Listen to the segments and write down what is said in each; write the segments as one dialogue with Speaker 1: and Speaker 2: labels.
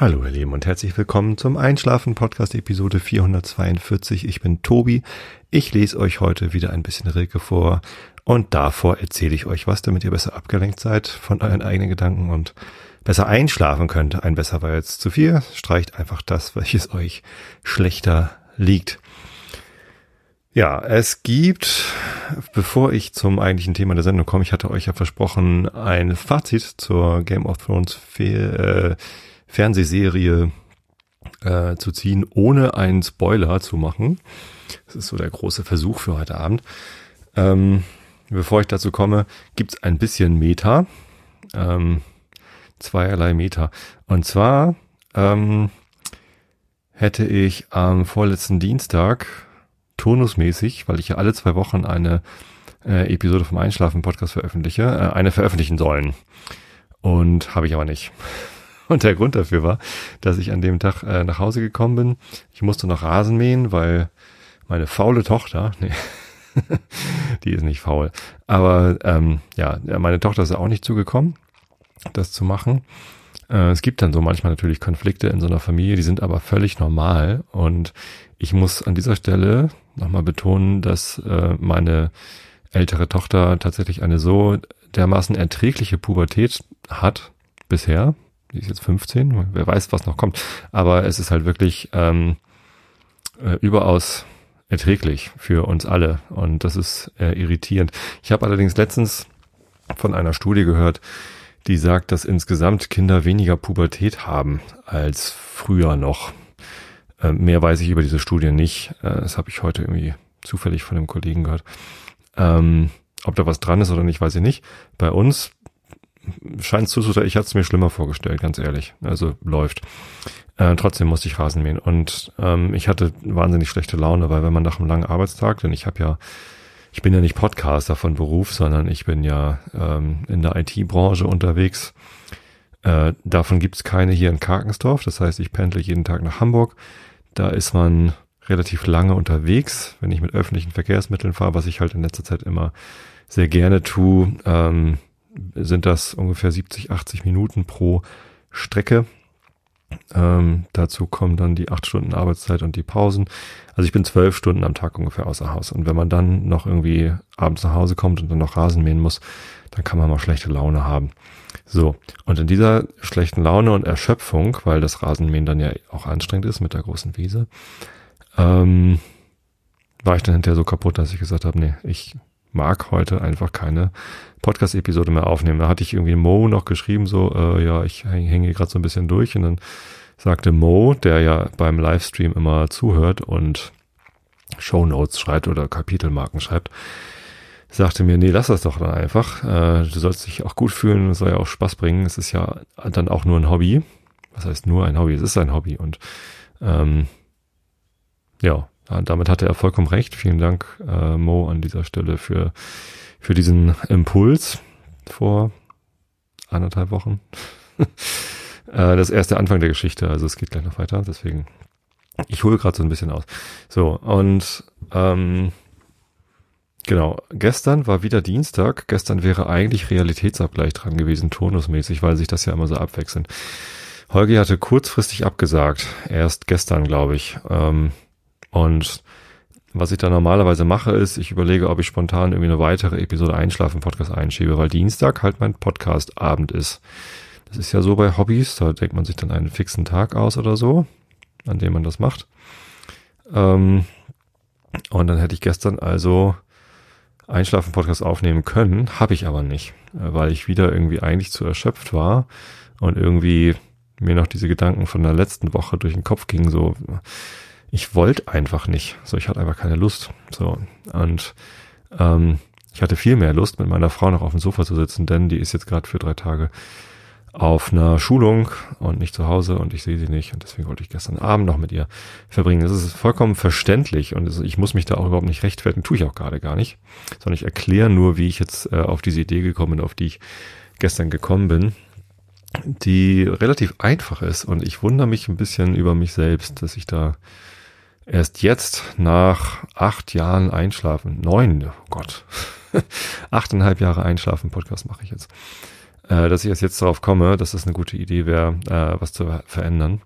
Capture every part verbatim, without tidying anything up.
Speaker 1: Hallo ihr Lieben und herzlich willkommen zum Einschlafen-Podcast Episode vierhundertzweiundvierzig. Ich bin Tobi. Ich lese euch heute wieder ein bisschen Rilke vor und davor erzähle ich euch was, damit ihr besser abgelenkt seid von euren eigenen Gedanken und besser einschlafen könnt. Ein besser war jetzt zu viel. Streicht einfach das, welches euch schlechter liegt. Ja, es gibt, bevor ich zum eigentlichen Thema der Sendung komme, ich hatte euch ja versprochen, ein Fazit zur Game of Thrones Fe- äh, Fernsehserie äh, zu ziehen, ohne einen Spoiler zu machen. Das ist so der große Versuch für heute Abend. Ähm, bevor ich dazu komme, gibt's ein bisschen Meta. Ähm, zweierlei Meta. Und zwar ähm, hätte ich am vorletzten Dienstag turnusmäßig, weil ich ja alle zwei Wochen eine äh, Episode vom Einschlafen-Podcast veröffentliche, äh, eine veröffentlichen sollen. Und habe ich aber nicht. Und der Grund dafür war, dass ich an dem Tag äh, nach Hause gekommen bin. Ich musste noch Rasen mähen, weil meine faule Tochter, nee, die ist nicht faul, aber ähm, ja, meine Tochter ist auch nicht zugekommen, das zu machen. Äh, es gibt dann so manchmal natürlich Konflikte in so einer Familie, die sind aber völlig normal. Und ich muss an dieser Stelle nochmal betonen, dass äh, meine ältere Tochter tatsächlich eine so dermaßen erträgliche Pubertät hat bisher. Die ist jetzt fünfzehn, wer weiß, was noch kommt. Aber es ist halt wirklich ähm, äh, überaus erträglich für uns alle. Und das ist äh, irritierend. Ich habe allerdings letztens von einer Studie gehört, die sagt, dass insgesamt Kinder weniger Pubertät haben als früher noch. Äh, mehr weiß ich über diese Studie nicht. Äh, das habe ich heute irgendwie zufällig von einem Kollegen gehört. Ähm, ob da was dran ist oder nicht, weiß ich nicht. Bei uns scheint es so, ich hatte es mir schlimmer vorgestellt, ganz ehrlich. Also läuft. Äh, trotzdem musste ich Rasen mähen. Und ähm, ich hatte wahnsinnig schlechte Laune, weil wenn man nach einem langen Arbeitstag, denn ich habe ja, ich bin ja nicht Podcaster von Beruf, sondern ich bin ja ähm, in der I T-Branche unterwegs. Äh, davon gibt's keine hier in Karkensdorf. Das heißt, ich pendle jeden Tag nach Hamburg. Da ist man relativ lange unterwegs, wenn ich mit öffentlichen Verkehrsmitteln fahre, was ich halt in letzter Zeit immer sehr gerne tue. Ähm, sind das ungefähr siebzig, achtzig Minuten pro Strecke. Ähm, dazu kommen dann die acht Stunden Arbeitszeit und die Pausen. Also ich bin zwölf Stunden am Tag ungefähr außer Haus. Und wenn man dann noch irgendwie abends nach Hause kommt und dann noch Rasen mähen muss, dann kann man mal schlechte Laune haben. So, und in dieser schlechten Laune und Erschöpfung, weil das Rasenmähen dann ja auch anstrengend ist mit der großen Wiese, ähm, war ich dann hinterher so kaputt, dass ich gesagt habe, nee, ich mag heute einfach keine Podcast-Episode mehr aufnehmen. Da hatte ich irgendwie Mo noch geschrieben, so, äh, ja, ich hänge gerade so ein bisschen durch. Und dann sagte Mo, der ja beim Livestream immer zuhört und Shownotes schreibt oder Kapitelmarken schreibt, sagte mir, nee, lass das doch dann einfach. Äh, du sollst dich auch gut fühlen, es soll ja auch Spaß bringen. Es ist ja dann auch nur ein Hobby. Was heißt nur ein Hobby? Es ist ein Hobby. Und ähm, ja, damit hatte er vollkommen recht. Vielen Dank, äh, Mo, an dieser Stelle für für diesen Impuls vor anderthalb Wochen. äh, das ist erst der Anfang der Geschichte, also es geht gleich noch weiter. Deswegen, ich hole gerade so ein bisschen aus. So, und ähm, genau, gestern war wieder Dienstag. Gestern wäre eigentlich Realitätsabgleich dran gewesen, turnusmäßig, weil sich das ja immer so abwechseln. Holgi hatte kurzfristig abgesagt, erst gestern, glaube ich. Ähm, und was ich da normalerweise mache, ist, ich überlege, ob ich spontan irgendwie eine weitere Episode Einschlafen-Podcast einschiebe, weil Dienstag halt mein Podcast-Abend ist. Das ist ja so bei Hobbys, da denkt man sich dann einen fixen Tag aus oder so, an dem man das macht. Ähm, und dann hätte ich gestern also Einschlafen-Podcast aufnehmen können, habe ich aber nicht, weil ich wieder irgendwie eigentlich zu erschöpft war und irgendwie mir noch diese Gedanken von der letzten Woche durch den Kopf gingen, so, ich wollte einfach nicht, so, ich hatte einfach keine Lust, so, und ähm, ich hatte viel mehr Lust, mit meiner Frau noch auf dem Sofa zu sitzen, denn die ist jetzt gerade für drei Tage auf einer Schulung und nicht zu Hause und ich sehe sie nicht und deswegen wollte ich gestern Abend noch mit ihr verbringen. Das ist vollkommen verständlich und ich muss mich da auch überhaupt nicht rechtfertigen, tue ich auch gerade gar nicht, sondern ich erkläre nur, wie ich jetzt äh, auf diese Idee gekommen bin, auf die ich gestern gekommen bin, die relativ einfach ist und ich wundere mich ein bisschen über mich selbst, dass ich da erst jetzt nach acht Jahren Einschlafen, neun, oh Gott, achteinhalb Jahre Einschlafen-Podcast mache ich jetzt, äh, dass ich erst jetzt darauf komme, dass das eine gute Idee wäre, äh, was zu verändern.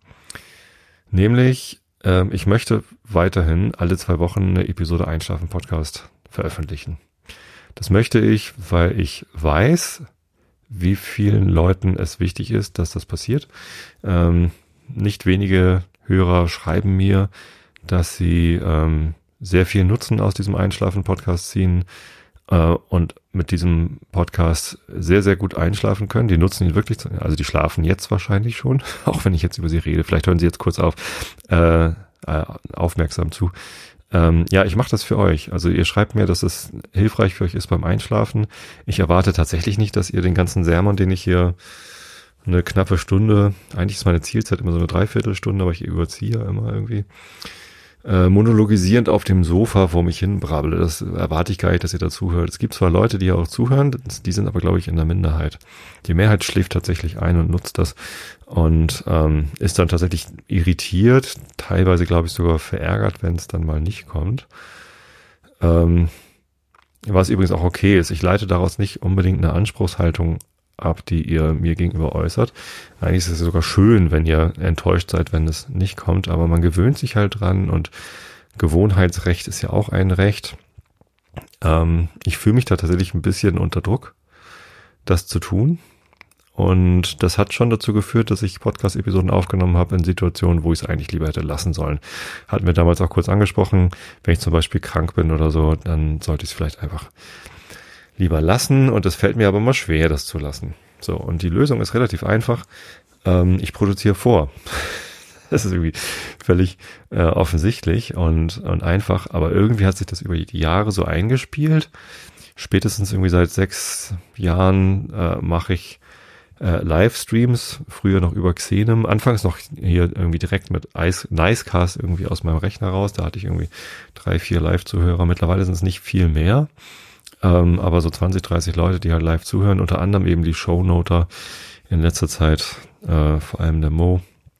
Speaker 1: Nämlich, äh, ich möchte weiterhin alle zwei Wochen eine Episode Einschlafen-Podcast veröffentlichen. Das möchte ich, weil ich weiß, wie vielen Leuten es wichtig ist, dass das passiert. Ähm, nicht wenige Hörer schreiben mir, dass sie ähm, sehr viel Nutzen aus diesem Einschlafen-Podcast ziehen äh, und mit diesem Podcast sehr, sehr gut einschlafen können. Die nutzen ihn wirklich, zu, also die schlafen jetzt wahrscheinlich schon, auch wenn ich jetzt über sie rede. Vielleicht hören sie jetzt kurz auf, äh, äh, aufmerksam zu. Ähm, ja, ich mache das für euch. Also ihr schreibt mir, dass es hilfreich für euch ist beim Einschlafen. Ich erwarte tatsächlich nicht, dass ihr den ganzen Sermon, den ich hier eine knappe Stunde, eigentlich ist meine Zielzeit immer so eine Dreiviertelstunde, aber ich überziehe ja immer irgendwie, äh, monologisierend auf dem Sofa vor mich hin brabbele. Das erwarte ich gar nicht, dass ihr dazuhört. Es gibt zwar Leute, die ja auch zuhören, die sind aber, glaube ich, in der Minderheit. Die Mehrheit schläft tatsächlich ein und nutzt das und ähm, ist dann tatsächlich irritiert, teilweise, glaube ich, sogar verärgert, wenn es dann mal nicht kommt. Ähm, was übrigens auch okay ist. Ich leite daraus nicht unbedingt eine Anspruchshaltung ab, die ihr mir gegenüber äußert. Eigentlich ist es sogar schön, wenn ihr enttäuscht seid, wenn es nicht kommt, aber man gewöhnt sich halt dran und Gewohnheitsrecht ist ja auch ein Recht. Ähm, ich fühle mich da tatsächlich ein bisschen unter Druck, das zu tun. Und das hat schon dazu geführt, dass ich Podcast-Episoden aufgenommen habe in Situationen, wo ich es eigentlich lieber hätte lassen sollen. Hatten wir damals auch kurz angesprochen, wenn ich zum Beispiel krank bin oder so, dann sollte ich es vielleicht einfach lieber lassen. Und es fällt mir aber mal schwer, das zu lassen. So, und die Lösung ist relativ einfach. Ähm, ich produziere vor. Das ist irgendwie völlig äh, offensichtlich und, und einfach. Aber irgendwie hat sich das über die Jahre so eingespielt. Spätestens irgendwie seit sechs Jahren äh, mache ich Äh, Livestreams, früher noch über Xenem, anfangs noch hier irgendwie direkt mit Ice, Nicecast irgendwie aus meinem Rechner raus, da hatte ich irgendwie drei, vier Live-Zuhörer, mittlerweile sind es nicht viel mehr, ähm, aber so zwanzig, dreißig Leute, die halt live zuhören, unter anderem eben die Shownoter in letzter Zeit, äh, vor allem der Mo,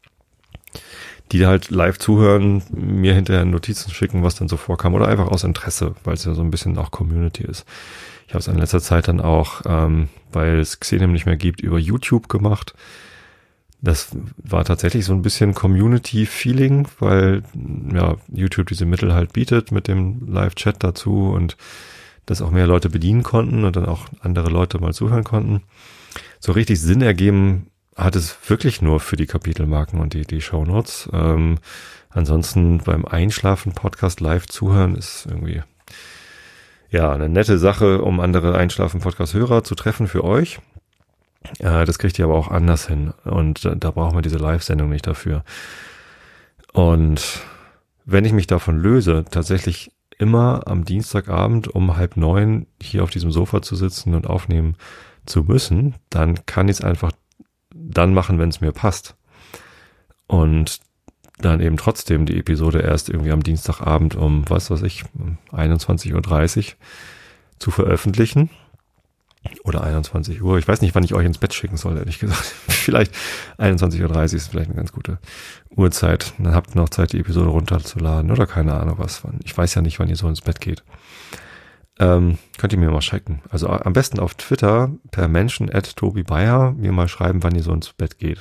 Speaker 1: die halt live zuhören, mir hinterher Notizen schicken, was dann so vorkam oder einfach aus Interesse, weil es ja so ein bisschen auch Community ist. Ich habe es in letzter Zeit dann auch, ähm, weil es Xenem nicht mehr gibt, über YouTube gemacht. Das war tatsächlich so ein bisschen Community-Feeling, weil ja YouTube diese Mittel halt bietet mit dem Live-Chat dazu und dass auch mehr Leute bedienen konnten und dann auch andere Leute mal zuhören konnten. So richtig Sinn ergeben hat es wirklich nur für die Kapitelmarken und die, die Shownotes. Ähm, ansonsten beim Einschlafen-Podcast live zuhören ist irgendwie ja, eine nette Sache, um andere Einschlafen-Podcast-Hörer zu treffen für euch. Äh, das kriegt ihr aber auch anders hin. Und da, da brauchen wir diese Live-Sendung nicht dafür. Und wenn ich mich davon löse, tatsächlich immer am Dienstagabend um halb neun hier auf diesem Sofa zu sitzen und aufnehmen zu müssen, dann kann ich es einfach dann machen, wenn es mir passt. Und dann eben trotzdem die Episode erst irgendwie am Dienstagabend um, was weiß ich, einundzwanzig Uhr dreißig zu veröffentlichen. Oder einundzwanzig Uhr. Ich weiß nicht, wann ich euch ins Bett schicken soll, ehrlich gesagt. Vielleicht einundzwanzig Uhr dreißig ist vielleicht eine ganz gute Uhrzeit. Dann habt ihr noch Zeit, die Episode runterzuladen oder keine Ahnung was. Ich weiß ja nicht, wann ihr so ins Bett geht. Ähm, könnt ihr mir mal schicken. Also am besten auf Twitter per Menschen at Tobi Bayer mir mal schreiben, wann ihr so ins Bett geht.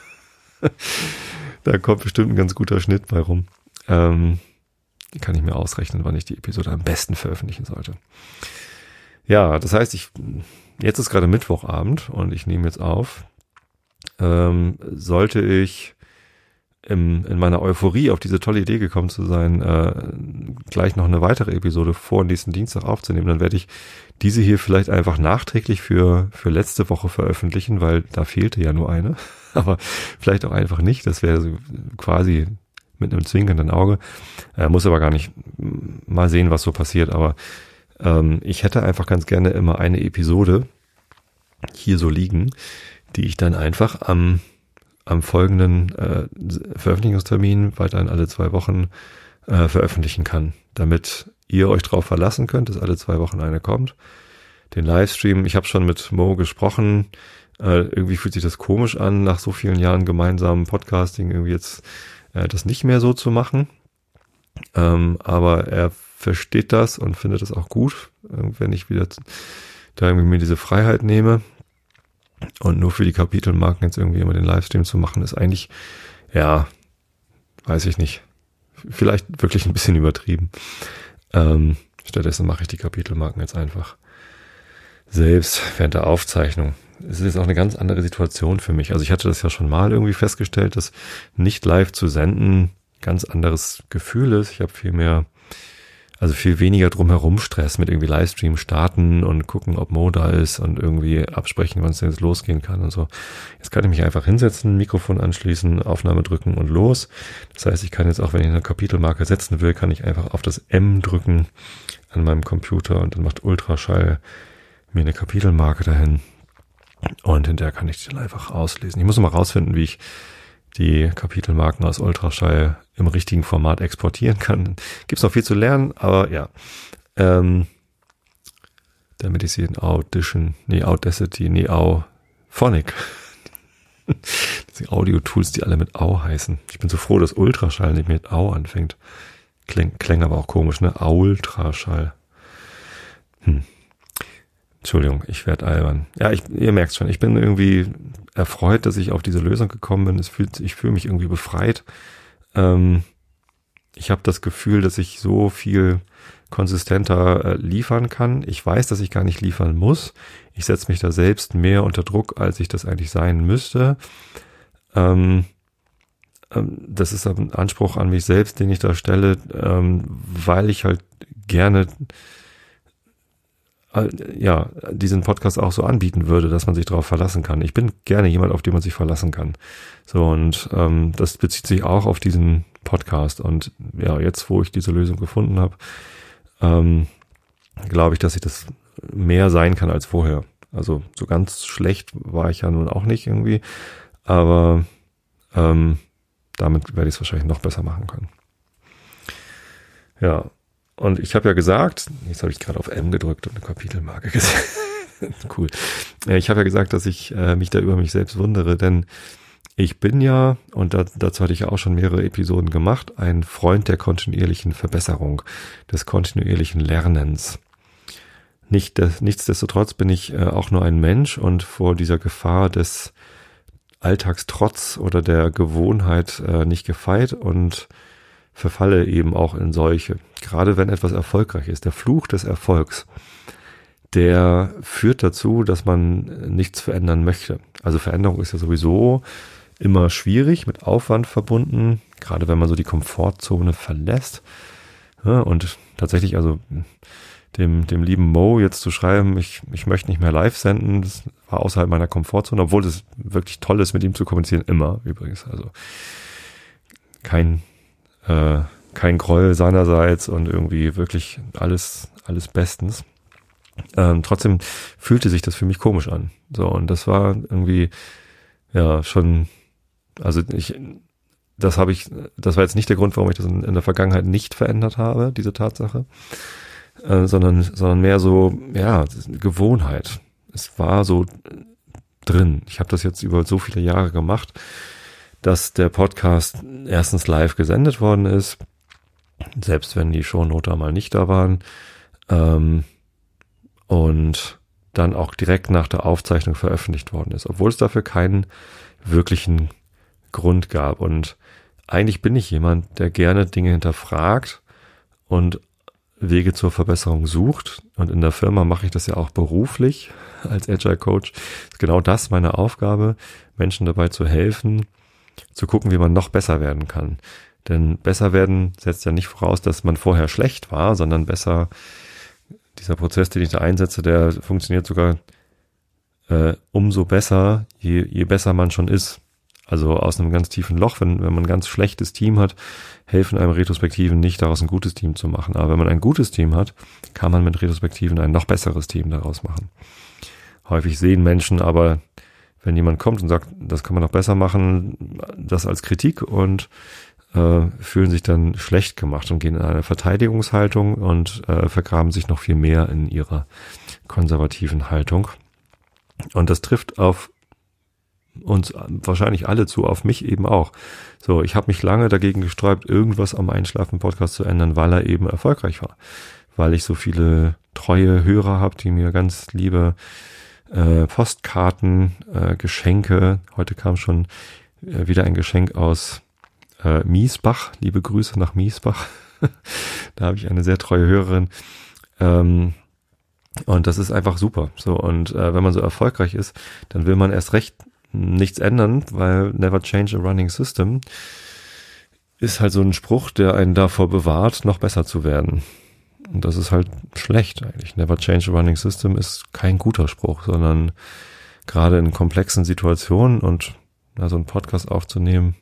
Speaker 1: Da kommt bestimmt ein ganz guter Schnitt bei rum. Ähm, kann ich mir ausrechnen, wann ich die Episode am besten veröffentlichen sollte. Ja, das heißt, ich jetzt ist gerade Mittwochabend und ich nehme jetzt auf. Ähm, sollte ich im, in meiner Euphorie auf diese tolle Idee gekommen zu sein, äh, gleich noch eine weitere Episode vor nächsten Dienstag aufzunehmen, dann werde ich diese hier vielleicht einfach nachträglich für für letzte Woche veröffentlichen, weil da fehlte ja nur eine. Aber vielleicht auch einfach nicht. Das wäre so quasi mit einem zwinkernden Auge. Äh, muss aber gar nicht. Mal sehen, was so passiert. Aber ähm, ich hätte einfach ganz gerne immer eine Episode hier so liegen, die ich dann einfach am am folgenden äh, Veröffentlichungstermin weiterhin alle zwei Wochen äh, veröffentlichen kann, damit ihr euch drauf verlassen könnt, dass alle zwei Wochen eine kommt. Den Livestream, ich habe schon mit Mo gesprochen, äh, irgendwie fühlt sich das komisch an, nach so vielen Jahren gemeinsamen Podcasting irgendwie jetzt äh, das nicht mehr so zu machen. Ähm, aber er versteht das und findet das auch gut, äh, wenn ich wieder da irgendwie mir diese Freiheit nehme. Und nur für die Kapitelmarken jetzt irgendwie immer den Livestream zu machen, ist eigentlich, ja, weiß ich nicht, vielleicht wirklich ein bisschen übertrieben. Ähm, stattdessen mache ich die Kapitelmarken jetzt einfach selbst während der Aufzeichnung. Es ist jetzt auch eine ganz andere Situation für mich. Also ich hatte das ja schon mal irgendwie festgestellt, dass nicht live zu senden ganz anderes Gefühl ist. Ich habe viel mehr, also viel weniger drumherum Stress mit irgendwie Livestream starten und gucken, ob Mo da ist und irgendwie absprechen, wann es denn jetzt losgehen kann und so. Jetzt kann ich mich einfach hinsetzen, Mikrofon anschließen, Aufnahme drücken und los. Das heißt, ich kann jetzt auch, wenn ich eine Kapitelmarke setzen will, kann ich einfach auf das M drücken an meinem Computer und dann macht Ultraschall mir eine Kapitelmarke dahin. Und hinterher kann ich die dann einfach auslesen. Ich muss mal rausfinden, wie ich die Kapitelmarken aus Ultraschall im richtigen Format exportieren kann. Gibt's noch viel zu lernen, aber ja. Ähm, damit ich sie in Audition, nee, Audacity, nee, Auphonic. Die Audio-Tools, die alle mit Au heißen. Ich bin so froh, dass Ultraschall nicht mit Au anfängt. Klingt, klingt aber auch komisch, ne? Ultraschall. Hm. Entschuldigung, ich werde albern. Ja, ich, ihr merkt schon, ich bin irgendwie erfreut, dass ich auf diese Lösung gekommen bin. Es fühlt, ich fühle mich irgendwie befreit. Ähm, ich habe das Gefühl, dass ich so viel konsistenter äh, liefern kann. Ich weiß, dass ich gar nicht liefern muss. Ich setze mich da selbst mehr unter Druck, als ich das eigentlich sein müsste. Ähm, ähm, das ist ein Anspruch an mich selbst, den ich da stelle, ähm, weil ich halt gerne ja, diesen Podcast auch so anbieten würde, dass man sich darauf verlassen kann. Ich bin gerne jemand, auf den man sich verlassen kann. So, und ähm, das bezieht sich auch auf diesen Podcast. Und ja, jetzt, wo ich diese Lösung gefunden habe, ähm, glaube ich, dass ich das mehr sein kann als vorher. Also so ganz schlecht war ich ja nun auch nicht irgendwie, aber ähm, damit werde ich es wahrscheinlich noch besser machen können. Ja. Und ich habe ja gesagt, jetzt habe ich gerade auf M gedrückt und eine Kapitelmarke gesetzt. Cool. Ich habe ja gesagt, dass ich äh, mich da über mich selbst wundere, denn ich bin ja, und da, dazu hatte ich ja auch schon mehrere Episoden gemacht, ein Freund der kontinuierlichen Verbesserung, des kontinuierlichen Lernens. Nicht, des, nichtsdestotrotz bin ich äh, auch nur ein Mensch und vor dieser Gefahr des Alltagstrotz oder der Gewohnheit äh, nicht gefeit und verfalle eben auch in solche. Gerade wenn etwas erfolgreich ist. Der Fluch des Erfolgs, der führt dazu, dass man nichts verändern möchte. Also Veränderung ist ja sowieso immer schwierig, mit Aufwand verbunden, gerade wenn man so die Komfortzone verlässt. Ja, und tatsächlich, also dem, dem lieben Mo jetzt zu schreiben, ich, ich möchte nicht mehr live senden, das war außerhalb meiner Komfortzone, obwohl es wirklich toll ist, mit ihm zu kommunizieren, immer übrigens. Also kein Äh, kein Groll seinerseits und irgendwie wirklich alles alles bestens. Ähm, trotzdem fühlte sich das für mich komisch an. So, und das war irgendwie ja schon, also ich, das habe ich, das war jetzt nicht der Grund, warum ich das in, in der Vergangenheit nicht verändert habe, diese Tatsache, äh, sondern sondern mehr so, ja, Gewohnheit. Es war so drin. Ich habe das jetzt über so viele Jahre gemacht, dass der Podcast erstens live gesendet worden ist, selbst wenn die Shownoter mal nicht da waren, ähm, und dann auch direkt nach der Aufzeichnung veröffentlicht worden ist, obwohl es dafür keinen wirklichen Grund gab. Und eigentlich bin ich jemand, der gerne Dinge hinterfragt und Wege zur Verbesserung sucht. Und in der Firma mache ich das ja auch beruflich als Agile Coach. Ist genau das meine Aufgabe, Menschen dabei zu helfen, zu gucken, wie man noch besser werden kann. Denn besser werden setzt ja nicht voraus, dass man vorher schlecht war, sondern besser, dieser Prozess, den ich da einsetze, der funktioniert sogar äh, umso besser, je, je besser man schon ist. Also aus einem ganz tiefen Loch, wenn, wenn man ein ganz schlechtes Team hat, helfen einem Retrospektiven nicht, daraus ein gutes Team zu machen. Aber wenn man ein gutes Team hat, kann man mit Retrospektiven ein noch besseres Team daraus machen. Häufig sehen Menschen aber, wenn jemand kommt und sagt, das kann man noch besser machen, das als Kritik und äh, fühlen sich dann schlecht gemacht und gehen in eine Verteidigungshaltung und äh, vergraben sich noch viel mehr in ihrer konservativen Haltung. Und das trifft auf uns wahrscheinlich alle zu, auf mich eben auch. So, ich habe mich lange dagegen gesträubt, irgendwas am Einschlafen-Podcast zu ändern, weil er eben erfolgreich war. Weil ich so viele treue Hörer habe, die mir ganz liebe äh, Postkarten, äh, Geschenke. Heute kam schon äh, wieder ein Geschenk aus äh, Miesbach. Liebe Grüße nach Miesbach. Da habe ich eine sehr treue Hörerin. Ähm, und das ist einfach super. So, und äh, wenn man so erfolgreich ist, dann will man erst recht nichts ändern, weil never change a running system ist halt so ein Spruch, der einen davor bewahrt, noch besser zu werden. Und das ist halt schlecht eigentlich. Never change a running system ist kein guter Spruch, sondern gerade in komplexen Situationen und ja, so einen Podcast aufzunehmen,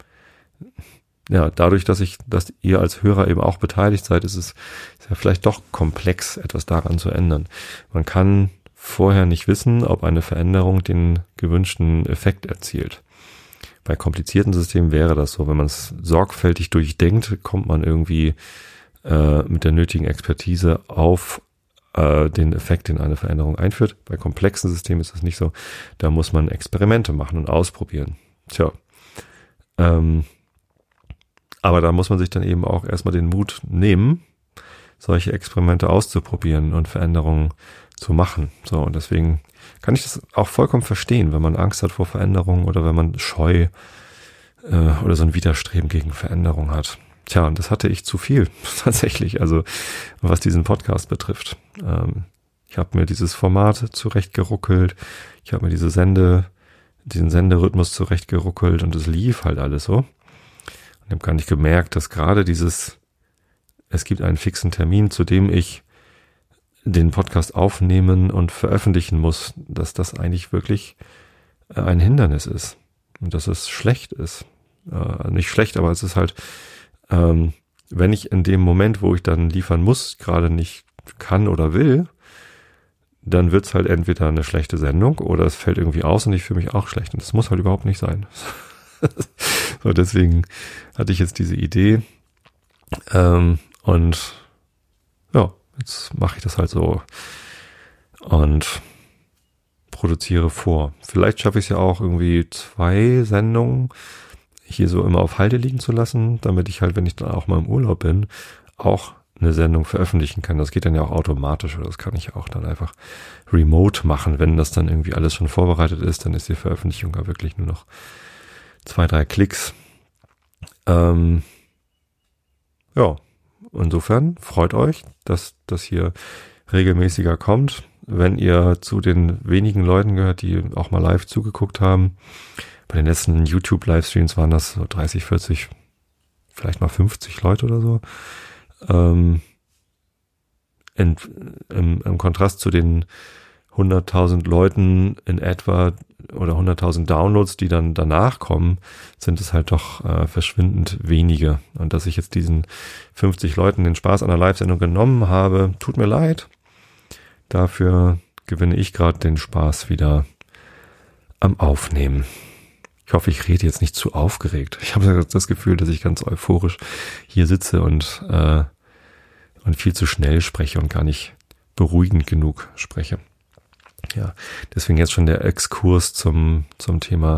Speaker 1: ja, dadurch, dass ich, dass ihr als Hörer eben auch beteiligt seid, ist es ist ja vielleicht doch komplex, etwas daran zu ändern. Man kann vorher nicht wissen, ob eine Veränderung den gewünschten Effekt erzielt. Bei komplizierten Systemen wäre das so, wenn man es sorgfältig durchdenkt, kommt man irgendwie äh, mit der nötigen Expertise auf äh, den Effekt, den eine Veränderung einführt. Bei komplexen Systemen ist das nicht so. Da muss man Experimente machen und ausprobieren. Tja, ähm, aber da muss man sich dann eben auch erstmal den Mut nehmen, solche Experimente auszuprobieren und Veränderungen zu machen. So, und deswegen kann ich das auch vollkommen verstehen, wenn man Angst hat vor Veränderungen oder wenn man Scheu äh, oder so ein Widerstreben gegen Veränderung hat. Tja, und das hatte ich zu viel, tatsächlich, also was diesen Podcast betrifft. Ähm, ich habe mir dieses Format zurechtgeruckelt, ich habe mir diese Sende, diesen Senderhythmus zurechtgeruckelt und es lief halt alles so. Und ich habe gar nicht gemerkt, dass gerade dieses, es gibt einen fixen Termin, zu dem ich den Podcast aufnehmen und veröffentlichen muss, dass das eigentlich wirklich ein Hindernis ist und dass es schlecht ist. Äh, nicht schlecht, aber es ist halt, ähm, wenn ich in dem Moment, wo ich dann liefern muss, gerade nicht kann oder will, dann wird's halt entweder eine schlechte Sendung oder es fällt irgendwie aus und ich fühle mich auch schlecht. Und das muss halt überhaupt nicht sein. So, deswegen hatte ich jetzt diese Idee ähm, und ja, jetzt mache ich das halt so und produziere vor. Vielleicht schaffe ich es ja auch irgendwie zwei Sendungen hier so immer auf Halde liegen zu lassen, damit ich halt, wenn ich dann auch mal im Urlaub bin, auch eine Sendung veröffentlichen kann. Das geht dann ja auch automatisch oder das kann ich auch dann einfach remote machen. Wenn das dann irgendwie alles schon vorbereitet ist, dann ist die Veröffentlichung ja wirklich nur noch zwei, drei Klicks. Ähm, ja, insofern freut euch, dass das hier regelmäßiger kommt. Wenn ihr zu den wenigen Leuten gehört, die auch mal live zugeguckt haben, bei den letzten YouTube-Livestreams waren das so dreißig, vierzig, vielleicht mal fünfzig Leute oder so. Ähm, in, im, im Kontrast zu den hunderttausend Leuten in etwa oder hunderttausend Downloads, die dann danach kommen, sind es halt doch äh, verschwindend wenige. Und dass ich jetzt diesen fünfzig Leuten den Spaß an der Live-Sendung genommen habe, tut mir leid. Dafür gewinne ich gerade den Spaß wieder am Aufnehmen. Ich hoffe, ich rede jetzt nicht zu aufgeregt. Ich habe das Gefühl, dass ich ganz euphorisch hier sitze und äh, und viel zu schnell spreche und gar nicht beruhigend genug spreche. Ja, deswegen jetzt schon der Exkurs zum zum Thema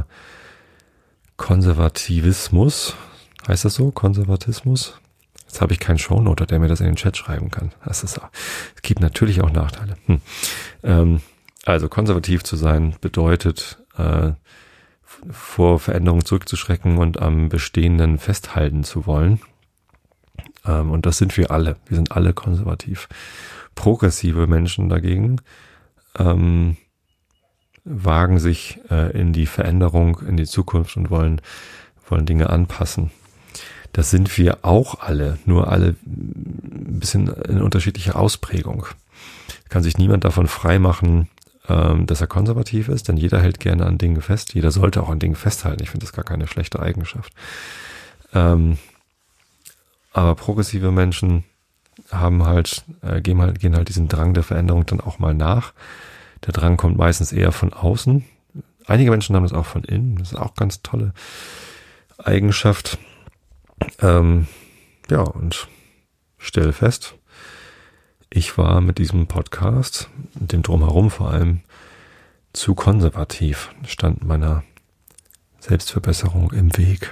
Speaker 1: Konservativismus. Heißt das so? Konservatismus? Jetzt habe ich keinen Shownoter, der mir das in den Chat schreiben kann. Das ist, es gibt natürlich auch Nachteile. Hm. Ähm, also konservativ zu sein bedeutet, äh, vor Veränderungen zurückzuschrecken und am Bestehenden festhalten zu wollen. Ähm, und das sind wir alle. Wir sind alle konservativ. Progressive Menschen dagegen ähm, wagen sich äh, in die Veränderung, in die Zukunft und wollen, wollen Dinge anpassen. Das sind wir auch alle, nur alle ein bisschen in unterschiedlicher Ausprägung. Kann sich niemand davon freimachen, ähm, dass er konservativ ist, denn jeder hält gerne an Dingen fest. Jeder sollte auch an Dingen festhalten. Ich finde das gar keine schlechte Eigenschaft. Ähm, aber progressive Menschen haben halt, äh, gehen halt, gehen halt diesen Drang der Veränderung dann auch mal nach. Der Drang kommt meistens eher von außen. Einige Menschen haben das auch von innen. Das ist auch ganz tolle Eigenschaft. Ähm, ja, und ich stelle fest, ich war mit diesem Podcast, mit dem Drumherum vor allem, zu konservativ, stand meiner Selbstverbesserung im Weg.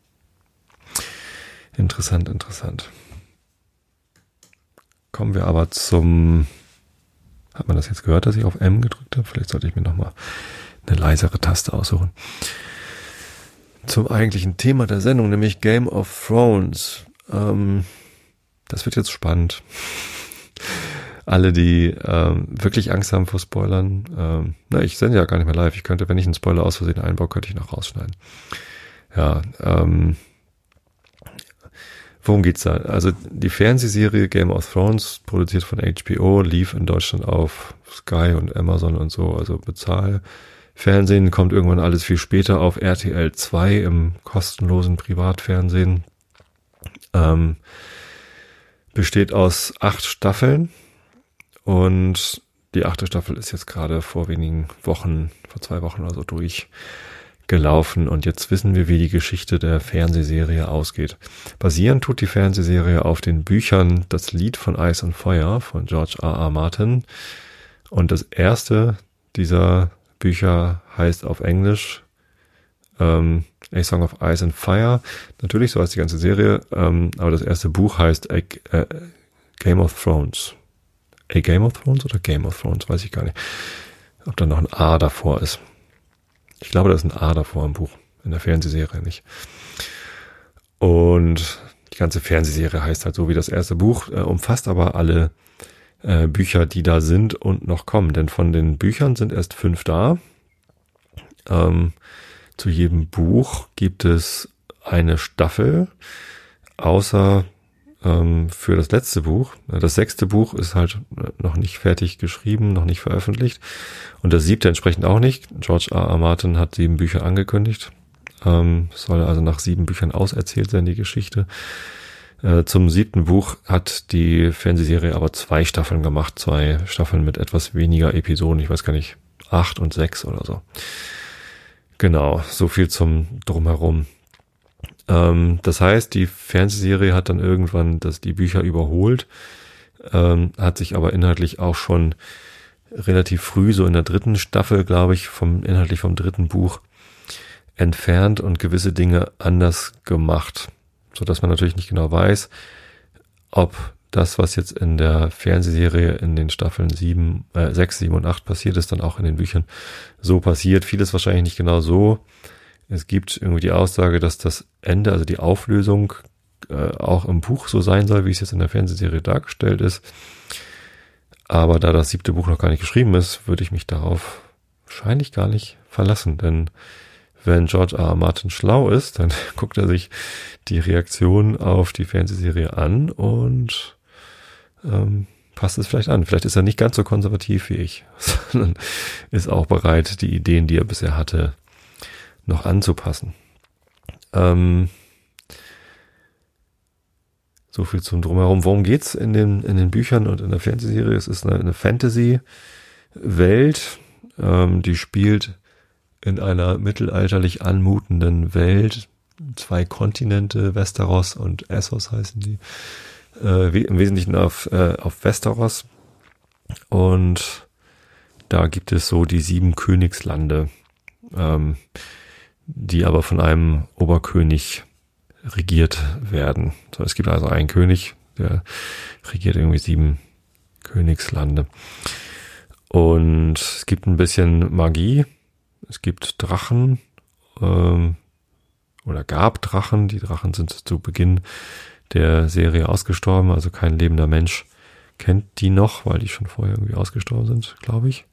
Speaker 1: Interessant, interessant. Kommen wir aber zum Hat man das jetzt gehört, dass ich auf M gedrückt habe? Vielleicht sollte ich mir nochmal eine leisere Taste aussuchen. Zum eigentlichen Thema der Sendung, nämlich Game of Thrones. Ähm, das wird jetzt spannend. Alle, die ähm, wirklich Angst haben vor Spoilern, ähm, na, ich sende ja gar nicht mehr live. Ich könnte, wenn ich einen Spoiler aus Versehen einbaue, könnte ich noch rausschneiden. Ja, ähm, worum geht's da? Also die Fernsehserie Game of Thrones, produziert von H B O, lief in Deutschland auf Sky und Amazon und so, also Bezahlfernsehen, kommt irgendwann alles viel später auf R T L zwei im kostenlosen Privatfernsehen. Ähm, besteht aus acht Staffeln. Und die achte Staffel ist jetzt gerade vor wenigen Wochen, vor zwei Wochen oder so durchgelaufen. Und jetzt wissen wir, wie die Geschichte der Fernsehserie ausgeht. Basieren tut die Fernsehserie auf den Büchern Das Lied von Eis und Feuer von George R R. Martin. Und das erste dieser Bücher heißt auf Englisch ähm, A Song of Ice and Fire. Natürlich, so heißt die ganze Serie. Ähm, aber das erste Buch heißt A, äh, Game of Thrones. A Game of Thrones oder Game of Thrones, weiß ich gar nicht. Ob da noch ein A davor ist. Ich glaube, da ist ein A davor im Buch, in der Fernsehserie nicht. Und die ganze Fernsehserie heißt halt so wie das erste Buch, äh, umfasst aber alle äh, Bücher, die da sind und noch kommen. Denn von den Büchern sind erst fünf da. Ähm, zu jedem Buch gibt es eine Staffel, außer für das letzte Buch. Das sechste Buch ist halt noch nicht fertig geschrieben, noch nicht veröffentlicht. Und das siebte entsprechend auch nicht. George R R. Martin hat sieben Bücher angekündigt. Ähm, soll also nach sieben Büchern auserzählt sein, die Geschichte. Äh, zum siebten Buch hat die Fernsehserie aber zwei Staffeln gemacht. Zwei Staffeln mit etwas weniger Episoden. Ich weiß gar nicht, acht und sechs oder so. Genau, so viel zum Drumherum. Ähm, das heißt, die Fernsehserie hat dann irgendwann das, die Bücher überholt, ähm, hat sich aber inhaltlich auch schon relativ früh, so in der dritten Staffel, glaube ich, vom inhaltlich vom dritten Buch entfernt und gewisse Dinge anders gemacht, so dass man natürlich nicht genau weiß, ob das, was jetzt in der Fernsehserie in den Staffeln sieben, äh, sechs, sieben und acht passiert ist, dann auch in den Büchern so passiert. Vieles wahrscheinlich nicht genau so. Es gibt irgendwie die Aussage, dass das Ende, also die Auflösung, äh, auch im Buch so sein soll, wie es jetzt in der Fernsehserie dargestellt ist. Aber da das siebte Buch noch gar nicht geschrieben ist, würde ich mich darauf wahrscheinlich gar nicht verlassen. Denn wenn George R R. Martin schlau ist, dann guckt er sich die Reaktion auf die Fernsehserie an und ähm, passt es vielleicht an. Vielleicht ist er nicht ganz so konservativ wie ich, sondern ist auch bereit, die Ideen, die er bisher hatte, noch anzupassen. Ähm, so viel zum Drumherum. Worum geht's in den in den Büchern und in der Fernsehserie? Es ist eine, eine Fantasy-Welt, ähm, die spielt in einer mittelalterlich anmutenden Welt. Zwei Kontinente, Westeros und Essos heißen die. Äh, im Wesentlichen auf äh, auf Westeros. Und da gibt es so die sieben Königslande, ähm, die aber von einem Oberkönig regiert werden. So, es gibt also einen König, der regiert irgendwie sieben Königslande. Und es gibt ein bisschen Magie. Es gibt Drachen, ähm, oder gab Drachen. Die Drachen sind zu Beginn der Serie ausgestorben. Also kein lebender Mensch kennt die noch, weil die schon vorher irgendwie ausgestorben sind, glaube ich.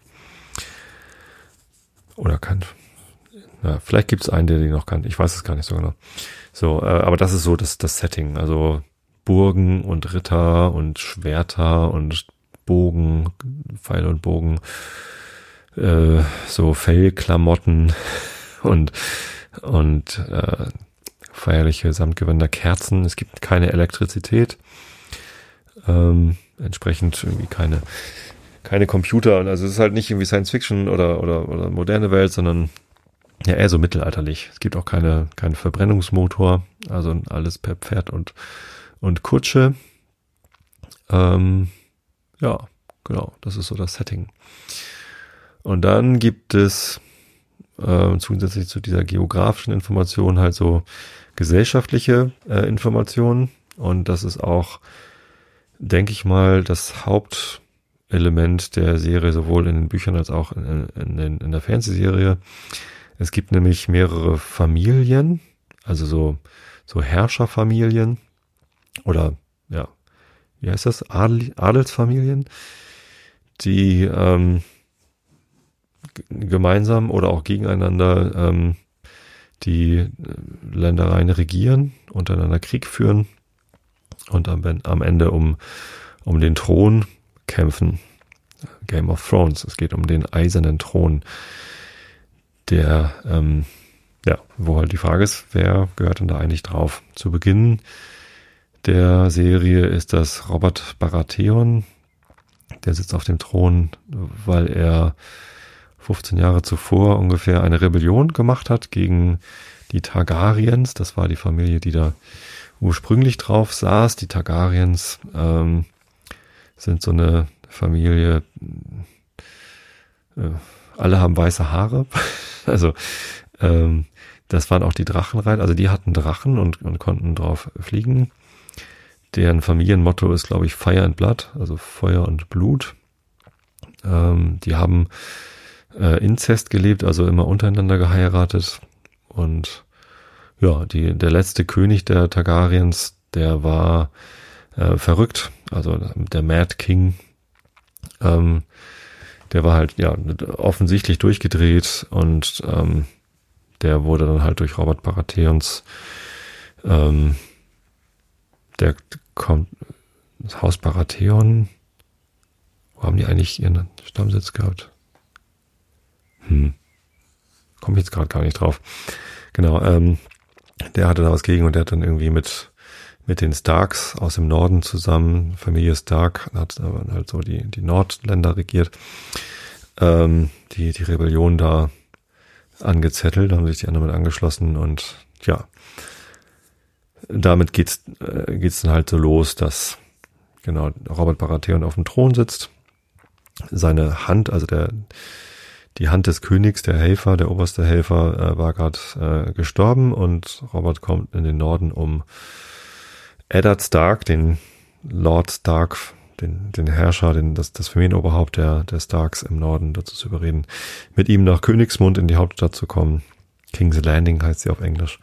Speaker 1: Oder kann... Ja, vielleicht gibt es einen, der die noch kann. Ich weiß es gar nicht so genau. So, äh, aber das ist so das, das Setting. Also Burgen und Ritter und Schwerter und Bogen, Pfeile und Bogen, äh, so Fellklamotten und und äh, feierliche Samtgewänder, Kerzen. Es gibt keine Elektrizität, ähm, entsprechend irgendwie keine keine Computer. Und also es ist halt nicht irgendwie Science Fiction oder oder oder moderne Welt, sondern ja, eher so mittelalterlich. Es gibt auch keine, keinen Verbrennungsmotor, also alles per Pferd und, und Kutsche. Ähm, ja, genau, das ist so das Setting. Und dann gibt es äh, zusätzlich zu dieser geografischen Information halt so gesellschaftliche äh, Informationen. Und das ist auch, denke ich mal, das Haupt, Element der Serie, sowohl in den Büchern als auch in, in, in, in der Fernsehserie. Es gibt nämlich mehrere Familien, also so, so Herrscherfamilien oder, ja, wie heißt das? Adel, Adelsfamilien, die ähm, g- gemeinsam oder auch gegeneinander ähm, die Ländereien regieren, untereinander Krieg führen und am, am Ende um, um den Thron kämpfen. Game of Thrones. Es geht um den eisernen Thron, der, ähm, ja, wo halt die Frage ist, wer gehört denn da eigentlich drauf? Zu Beginn der Serie ist das Robert Baratheon. Der sitzt auf dem Thron, weil er fünfzehn Jahre zuvor ungefähr eine Rebellion gemacht hat gegen die Targaryens. Das war die Familie, die da ursprünglich drauf saß. Die Targaryens ähm, sind so eine Familie, äh, alle haben weiße Haare. Also ähm, das waren auch die Drachenreiter. Also die hatten Drachen und, und konnten drauf fliegen. Deren Familienmotto ist, glaube ich, Fire and Blood, also Feuer und Blut. Ähm, die haben äh, Inzest gelebt, also immer untereinander geheiratet. Und ja, die, der letzte König der Targaryens, der war äh, verrückt, also der Mad King. Ähm, der war halt ja offensichtlich durchgedreht und ähm, der wurde dann halt durch Robert Baratheons, ähm, der kommt, das Haus Baratheon, wo haben die eigentlich ihren Stammsitz gehabt? Hm, komme ich jetzt gerade gar nicht drauf. Genau, ähm, der hatte da was gegen und der hat dann irgendwie mit mit den Starks aus dem Norden zusammen, Familie Stark, hat aber halt so die die Nordländer regiert, ähm, die die Rebellion da angezettelt, haben sich die anderen mit angeschlossen und ja, damit geht's äh, geht's dann halt so los, dass genau Robert Baratheon auf dem Thron sitzt, seine Hand, also der die Hand des Königs, der Helfer, der oberste Helfer, äh, war gerade äh, gestorben und Robert kommt in den Norden, um Eddard Stark, den Lord Stark, den, den Herrscher, den, das, das Familienoberhaupt der, der Starks im Norden dazu zu überreden, mit ihm nach Königsmund in die Hauptstadt zu kommen. King's Landing heißt sie auf Englisch.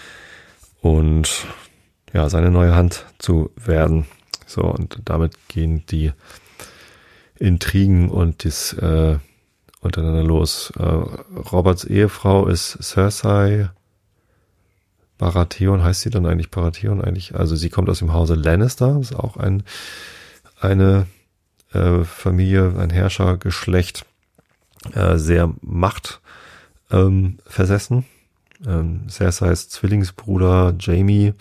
Speaker 1: Und ja, seine neue Hand zu werden. So, und damit gehen die Intrigen und das äh, untereinander los. Äh, Roberts Ehefrau ist Cersei Baratheon, heißt sie dann eigentlich Baratheon eigentlich? Also sie kommt aus dem Hause Lannister, ist auch ein eine äh, Familie, ein Herrschergeschlecht, äh, sehr Macht ähm, versessen. Ähm, Cerseis Zwillingsbruder Jaime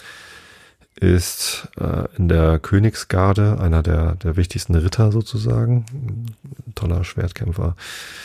Speaker 1: ist äh, in der Königsgarde, einer der der wichtigsten Ritter sozusagen, ein toller Schwertkämpfer.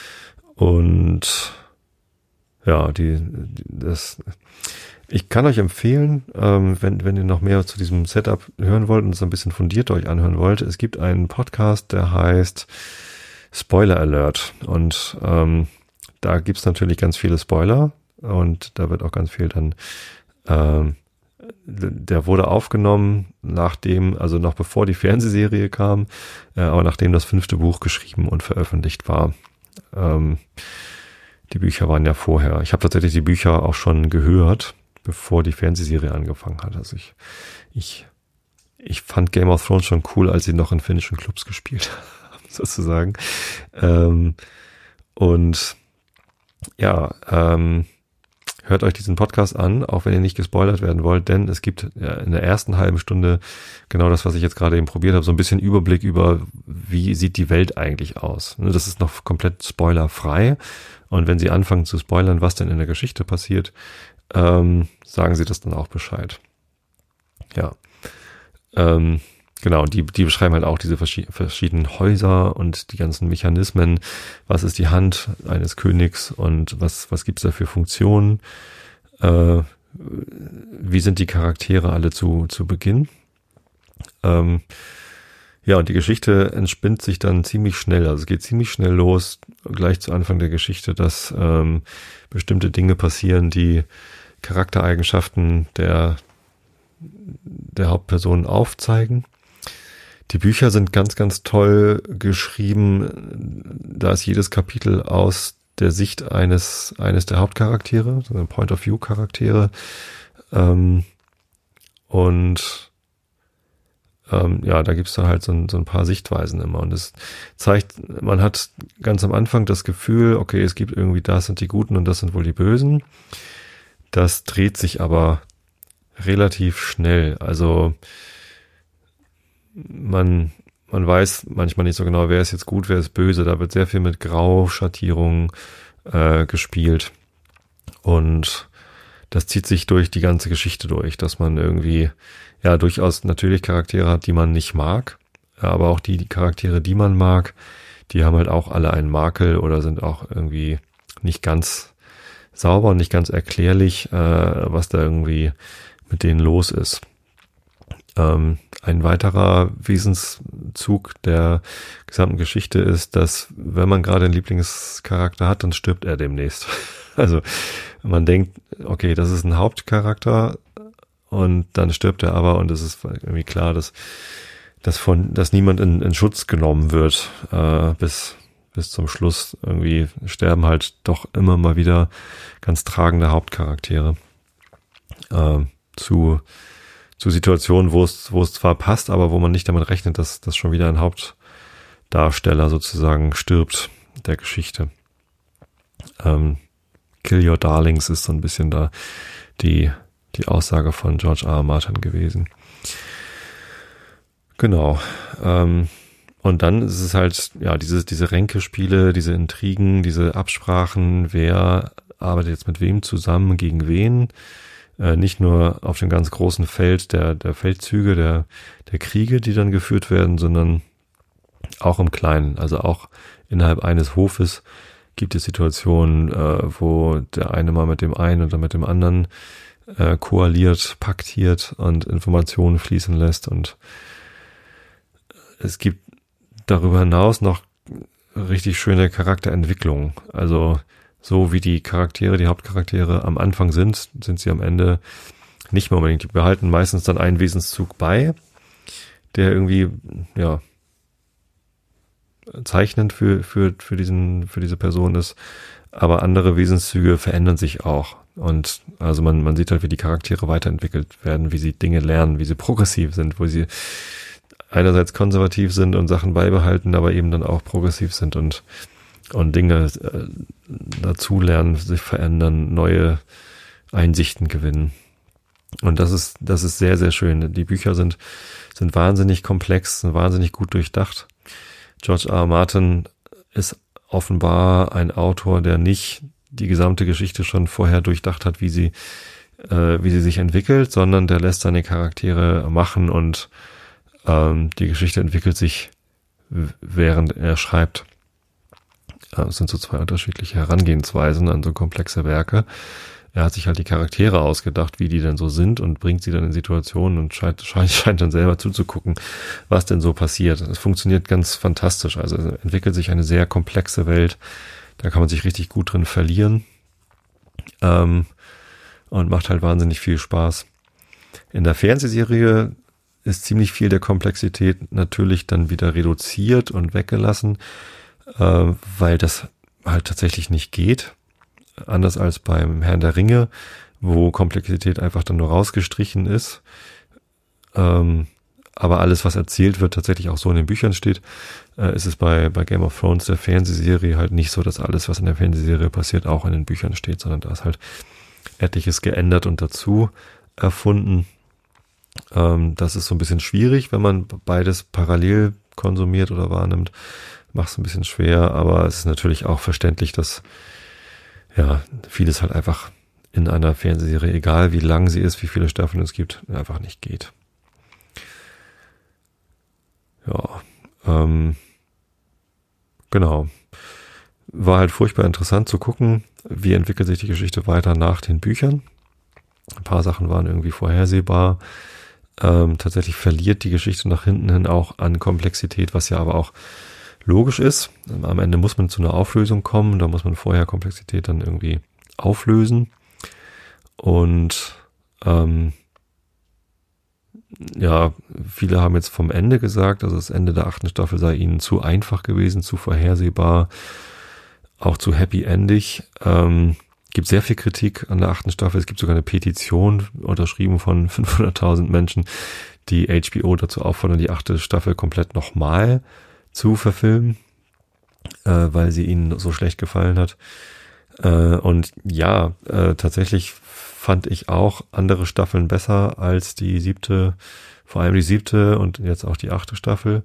Speaker 1: Und ja, die, die das ich kann euch empfehlen, ähm, wenn wenn ihr noch mehr zu diesem Setup hören wollt und es ein bisschen fundiert euch anhören wollt, es gibt einen Podcast, der heißt Spoiler Alert und ähm, da gibt's natürlich ganz viele Spoiler und da wird auch ganz viel dann ähm, der wurde aufgenommen, nachdem, also noch bevor die Fernsehserie kam, äh, aber nachdem das fünfte Buch geschrieben und veröffentlicht war. Ähm, die Bücher waren ja vorher. Ich habe tatsächlich die Bücher auch schon gehört, bevor die Fernsehserie angefangen hat. Also ich, ich, ich fand Game of Thrones schon cool, als sie noch in finnischen Clubs gespielt haben, sozusagen. Ähm, und ja, ähm, hört euch diesen Podcast an, auch wenn ihr nicht gespoilert werden wollt, denn es gibt in der ersten halben Stunde genau das, was ich jetzt gerade eben probiert habe, so ein bisschen Überblick über, wie sieht die Welt eigentlich aus. Das ist noch komplett spoilerfrei und wenn sie anfangen zu spoilern, was denn in der Geschichte passiert, ähm, sagen sie das dann auch Bescheid. Ja, ähm, genau, die, die beschreiben halt auch diese verschiedenen Häuser und die ganzen Mechanismen. Was ist die Hand eines Königs und was, was gibt's da für Funktionen? Äh, wie sind die Charaktere alle zu, zu Beginn? Ähm, ja, und die Geschichte entspinnt sich dann ziemlich schnell. Also es geht ziemlich schnell los, gleich zu Anfang der Geschichte, dass ähm, bestimmte Dinge passieren, die Charaktereigenschaften der, der Hauptpersonen aufzeigen. Die Bücher sind ganz, ganz toll geschrieben. Da ist jedes Kapitel aus der Sicht eines eines der Hauptcharaktere, so ein Point-of-View-Charaktere. Ähm, und ähm, ja, da gibt's dann halt so ein, so ein paar Sichtweisen immer. Und es zeigt, man hat ganz am Anfang das Gefühl, okay, es gibt irgendwie, das sind die Guten und das sind wohl die Bösen. Das dreht sich aber relativ schnell. Also man man weiß manchmal nicht so genau, wer ist jetzt gut, wer ist böse. Da wird sehr viel mit Grauschattierungen äh, gespielt. Und das zieht sich durch die ganze Geschichte durch, dass man irgendwie ja durchaus natürlich Charaktere hat, die man nicht mag, aber auch die, die Charaktere, die man mag, die haben halt auch alle einen Makel oder sind auch irgendwie nicht ganz sauber und nicht ganz erklärlich, äh, was da irgendwie mit denen los ist. Ähm, ein weiterer Wesenszug der gesamten Geschichte ist, dass wenn man gerade einen Lieblingscharakter hat, dann stirbt er demnächst. Also man denkt, okay, das ist ein Hauptcharakter und dann stirbt er aber und es ist irgendwie klar, dass, dass von, dass niemand in, in Schutz genommen wird, äh, bis, bis zum Schluss. Irgendwie sterben halt doch immer mal wieder ganz tragende Hauptcharaktere, äh, zu, zu Situationen, wo es, wo es zwar passt, aber wo man nicht damit rechnet, dass, dass schon wieder ein Hauptdarsteller sozusagen stirbt der Geschichte. Ähm, Kill Your Darlings ist so ein bisschen da die, die Aussage von George R. R. Martin gewesen. Genau. Ähm, und dann ist es halt, ja, diese, diese Ränkespiele, diese Intrigen, diese Absprachen, wer arbeitet jetzt mit wem zusammen, gegen wen. Äh, nicht nur auf dem ganz großen Feld der, der Feldzüge, der, der Kriege, die dann geführt werden, sondern auch im Kleinen, also auch innerhalb eines Hofes gibt es Situationen, äh, wo der eine mal mit dem einen oder mit dem anderen äh, koaliert, paktiert und Informationen fließen lässt. Und es gibt darüber hinaus noch richtig schöne Charakterentwicklung. Also so wie die Charaktere, die Hauptcharaktere am Anfang sind, sind sie am Ende nicht mehr unbedingt. Die behalten meistens dann einen Wesenszug bei, der irgendwie, ja, zeichnend für, für, für diesen, für diese Person ist. Aber andere Wesenszüge verändern sich auch. Und also man, man sieht halt, wie die Charaktere weiterentwickelt werden, wie sie Dinge lernen, wie sie progressiv sind, wo sie einerseits konservativ sind und Sachen beibehalten, aber eben dann auch progressiv sind und, und Dinge äh, dazulernen, sich verändern, neue Einsichten gewinnen. Und das ist, das ist sehr, sehr schön. Die Bücher sind, sind wahnsinnig komplex, sind wahnsinnig gut durchdacht. George R. R. Martin ist offenbar ein Autor, der nicht die gesamte Geschichte schon vorher durchdacht hat, wie sie, äh, wie sie sich entwickelt, sondern der lässt seine Charaktere machen und ähm, die Geschichte entwickelt sich, während er schreibt. Es sind so zwei unterschiedliche Herangehensweisen an so komplexe Werke. Er hat sich halt die Charaktere ausgedacht, wie die denn so sind und bringt sie dann in Situationen und scheint, scheint, scheint dann selber zuzugucken, was denn so passiert. Es funktioniert ganz fantastisch. Also es entwickelt sich eine sehr komplexe Welt. Da kann man sich richtig gut drin verlieren. Ähm, und macht halt wahnsinnig viel Spaß. In der Fernsehserie ist ziemlich viel der Komplexität natürlich dann wieder reduziert und weggelassen, äh, weil das halt tatsächlich nicht geht. Anders als beim Herrn der Ringe, wo Komplexität einfach dann nur rausgestrichen ist. Ähm, aber alles, was erzählt wird, tatsächlich auch so in den Büchern steht, äh, ist es bei, bei Game of Thrones, der Fernsehserie, halt nicht so, dass alles, was in der Fernsehserie passiert, auch in den Büchern steht, sondern da ist halt etliches geändert und dazu erfunden. Ähm, das ist so ein bisschen schwierig, wenn man beides parallel konsumiert oder wahrnimmt. Macht es ein bisschen schwer, aber es ist natürlich auch verständlich, dass ja, vieles halt einfach in einer Fernsehserie, egal wie lang sie ist, wie viele Staffeln es gibt, einfach nicht geht. Ja, ähm, genau. War halt furchtbar interessant zu gucken, wie entwickelt sich die Geschichte weiter nach den Büchern. Ein paar Sachen waren irgendwie vorhersehbar. Ähm, tatsächlich verliert die Geschichte nach hinten hin auch an Komplexität, was ja aber auch logisch ist. Am Ende muss man zu einer Auflösung kommen, da muss man vorher Komplexität dann irgendwie auflösen. Und ähm, ja, viele haben jetzt vom Ende gesagt, also das Ende der achten Staffel sei ihnen zu einfach gewesen, zu vorhersehbar, auch zu happy-endig. Ähm, gibt sehr viel Kritik an der achten Staffel. Es gibt sogar eine Petition, unterschrieben von fünfhunderttausend Menschen, die H B O dazu auffordern, die achte Staffel komplett nochmal zu verfilmen, äh, weil sie ihnen so schlecht gefallen hat. Äh, und ja, äh, tatsächlich fand ich auch andere Staffeln besser als die siebte, vor allem die siebte und jetzt auch die achte Staffel,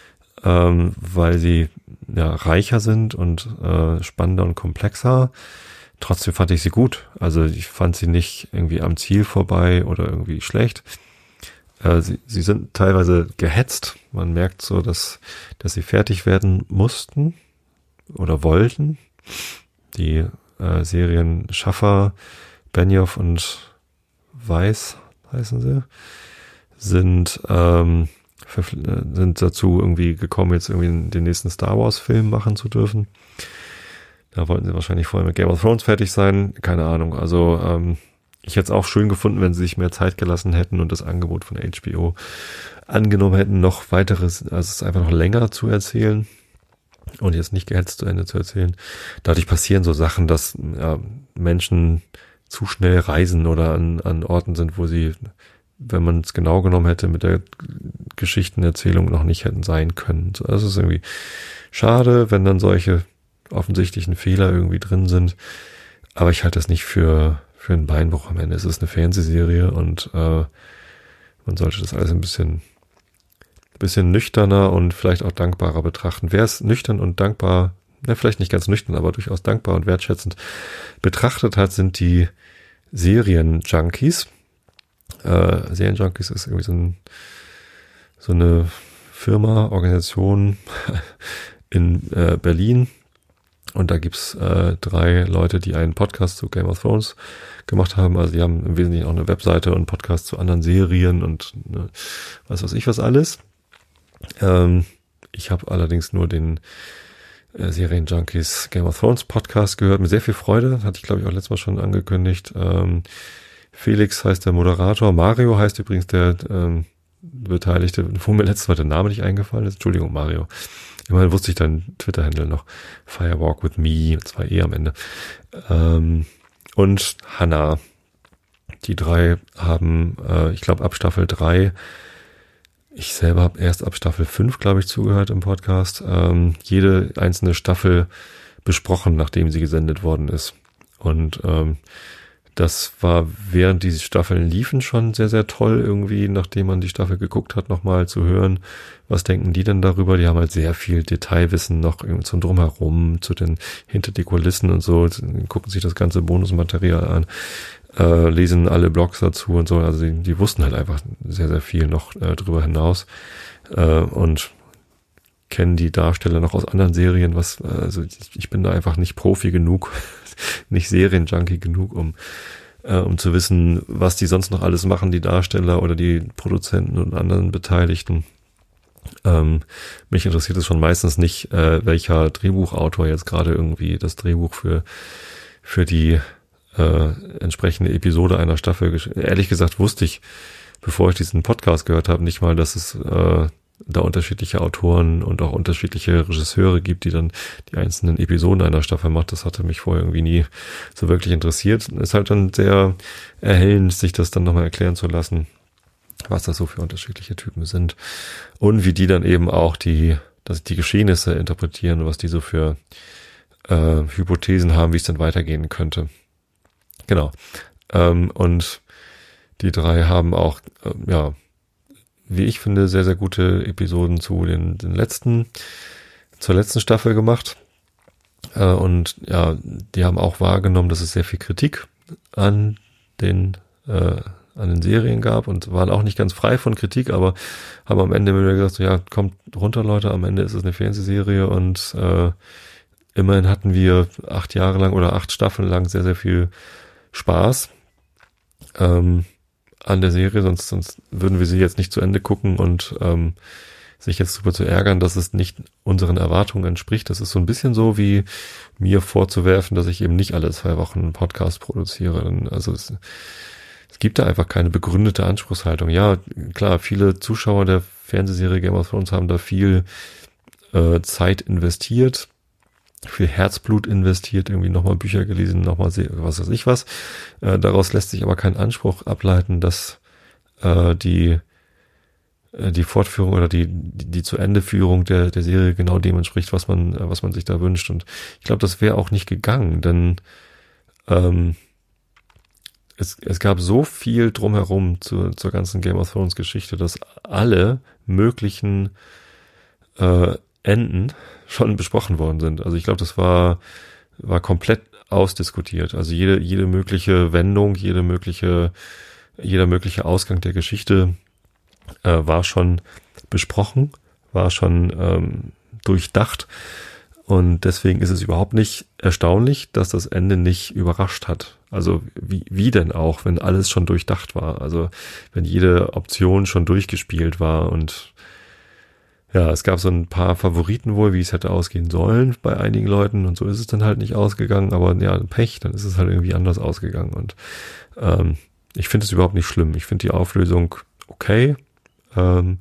Speaker 1: ähm, weil sie ja reicher sind und äh, spannender und komplexer. Trotzdem fand ich sie gut. Also ich fand sie nicht irgendwie am Ziel vorbei oder irgendwie schlecht. Äh, sie, sie sind teilweise gehetzt. Man merkt so, dass, dass sie fertig werden mussten oder wollten. Die äh, Serienschaffer Benioff und Weiss heißen sie, sind ähm, sind dazu irgendwie gekommen, jetzt irgendwie den nächsten Star Wars Film machen zu dürfen. Da wollten sie wahrscheinlich vorher mit Game of Thrones fertig sein. Keine Ahnung. Also ähm, ich hätte es auch schön gefunden, wenn sie sich mehr Zeit gelassen hätten und das Angebot von H B O angenommen hätten, noch weiteres, also es einfach noch länger zu erzählen und jetzt nicht gehetzt zu Ende zu erzählen. Dadurch passieren so Sachen, dass ja, Menschen zu schnell reisen oder an, an Orten sind, wo sie, wenn man es genau genommen hätte, mit der Geschichtenerzählung noch nicht hätten sein können. Also es ist irgendwie schade, wenn dann solche offensichtlichen Fehler irgendwie drin sind. Aber ich halte das nicht für, für einen Beinbruch am Ende. Es ist eine Fernsehserie und äh, man sollte das alles ein bisschen, bisschen nüchterner und vielleicht auch dankbarer betrachten. Wer es nüchtern und dankbar, na, vielleicht nicht ganz nüchtern, aber durchaus dankbar und wertschätzend betrachtet hat, sind die Serienjunkies. Äh, Serienjunkies ist irgendwie so, ein, so eine Firma, Organisation in äh, Berlin. Und da gibt's äh, drei Leute, die einen Podcast zu Game of Thrones gemacht haben. Also die haben im Wesentlichen auch eine Webseite und einen Podcast zu anderen Serien und ne, was weiß ich was alles. Ähm, ich habe allerdings nur den äh, Serienjunkies Game of Thrones Podcast gehört mit sehr viel Freude. Hatte ich, glaube ich, auch letztes Mal schon angekündigt. Ähm, Felix heißt der Moderator. Mario heißt übrigens der ähm, Beteiligte, wo mir letztes Mal der Name nicht eingefallen ist. Entschuldigung, Mario. Immerhin wusste ich deinen Twitter-Handle noch. Firewalk with me, zwei E am Ende. Ähm, und Hannah. Die drei haben, äh, ich glaube, ab Staffel drei, ich selber habe erst ab Staffel fünf, glaube ich, zugehört im Podcast, ähm, jede einzelne Staffel besprochen, nachdem sie gesendet worden ist. Und ähm, das war, während diese Staffeln liefen, schon sehr, sehr toll irgendwie, nachdem man die Staffel geguckt hat, nochmal zu hören, was denken die denn darüber? Die haben halt sehr viel Detailwissen noch zum Drumherum, zu den, hinter die Kulissen und so, gucken sich das ganze Bonusmaterial an, äh, lesen alle Blogs dazu und so, also die, die wussten halt einfach sehr, sehr viel noch äh, drüber hinaus äh, und kennen die Darsteller noch aus anderen Serien, was, also ich, ich bin da einfach nicht Profi genug, nicht Serienjunkie genug, um äh, um zu wissen, was die sonst noch alles machen, die Darsteller oder die Produzenten und anderen Beteiligten. Ähm, mich interessiert es schon meistens nicht, äh, welcher Drehbuchautor jetzt gerade irgendwie das Drehbuch für für die äh, entsprechende Episode einer Staffel gesch- ehrlich gesagt wusste ich, bevor ich diesen Podcast gehört habe, nicht mal, dass es äh, da unterschiedliche Autoren und auch unterschiedliche Regisseure gibt, die dann die einzelnen Episoden einer Staffel macht. Das hatte mich vorher irgendwie nie so wirklich interessiert. Ist halt dann sehr erhellend, sich das dann nochmal erklären zu lassen, was das so für unterschiedliche Typen sind und wie die dann eben auch die, dass die Geschehnisse interpretieren und was die so für äh, Hypothesen haben, wie es dann weitergehen könnte. Genau. Ähm, und die drei haben auch, äh, ja, wie ich finde, sehr, sehr gute Episoden zu den, den letzten, zur letzten Staffel gemacht. Äh, und ja, die haben auch wahrgenommen, dass es sehr viel Kritik an den, äh, an den Serien gab und waren auch nicht ganz frei von Kritik, aber haben am Ende wieder gesagt, so, ja, kommt runter, Leute, am Ende ist es eine Fernsehserie und äh, immerhin hatten wir acht Jahre lang oder acht Staffeln lang sehr, sehr viel Spaß. Ähm, an der Serie, sonst, sonst würden wir sie jetzt nicht zu Ende gucken und ähm, sich jetzt darüber zu ärgern, dass es nicht unseren Erwartungen entspricht. Das ist so ein bisschen so, wie mir vorzuwerfen, dass ich eben nicht alle zwei Wochen einen Podcast produziere. Also es, es gibt da einfach keine begründete Anspruchshaltung. Ja, klar, viele Zuschauer der Fernsehserie Game of Thrones haben da viel äh, Zeit investiert, viel Herzblut investiert, irgendwie nochmal Bücher gelesen, nochmal was weiß ich was. Äh, daraus lässt sich aber kein Anspruch ableiten, dass äh, die äh, die Fortführung oder die die, die zu Endeführung der der Serie genau dem entspricht, was man äh, was man sich da wünscht. Und ich glaube, das wäre auch nicht gegangen, denn ähm, es es gab so viel drumherum zu, zur ganzen Game of Thrones Geschichte, dass alle möglichen äh, Enden schon besprochen worden sind. Also ich glaube, das war war komplett ausdiskutiert. Also jede jede mögliche Wendung, jede mögliche jeder mögliche Ausgang der Geschichte äh, war schon besprochen, war schon ähm, durchdacht. Und deswegen ist es überhaupt nicht erstaunlich, dass das Ende nicht überrascht hat. Also wie, wie denn auch, wenn alles schon durchdacht war? Also wenn jede Option schon durchgespielt war und ja, es gab so ein paar Favoriten wohl, wie es hätte ausgehen sollen bei einigen Leuten und so ist es dann halt nicht ausgegangen, aber ja, Pech, dann ist es halt irgendwie anders ausgegangen und ähm, ich finde es überhaupt nicht schlimm. Ich finde die Auflösung okay. Ähm,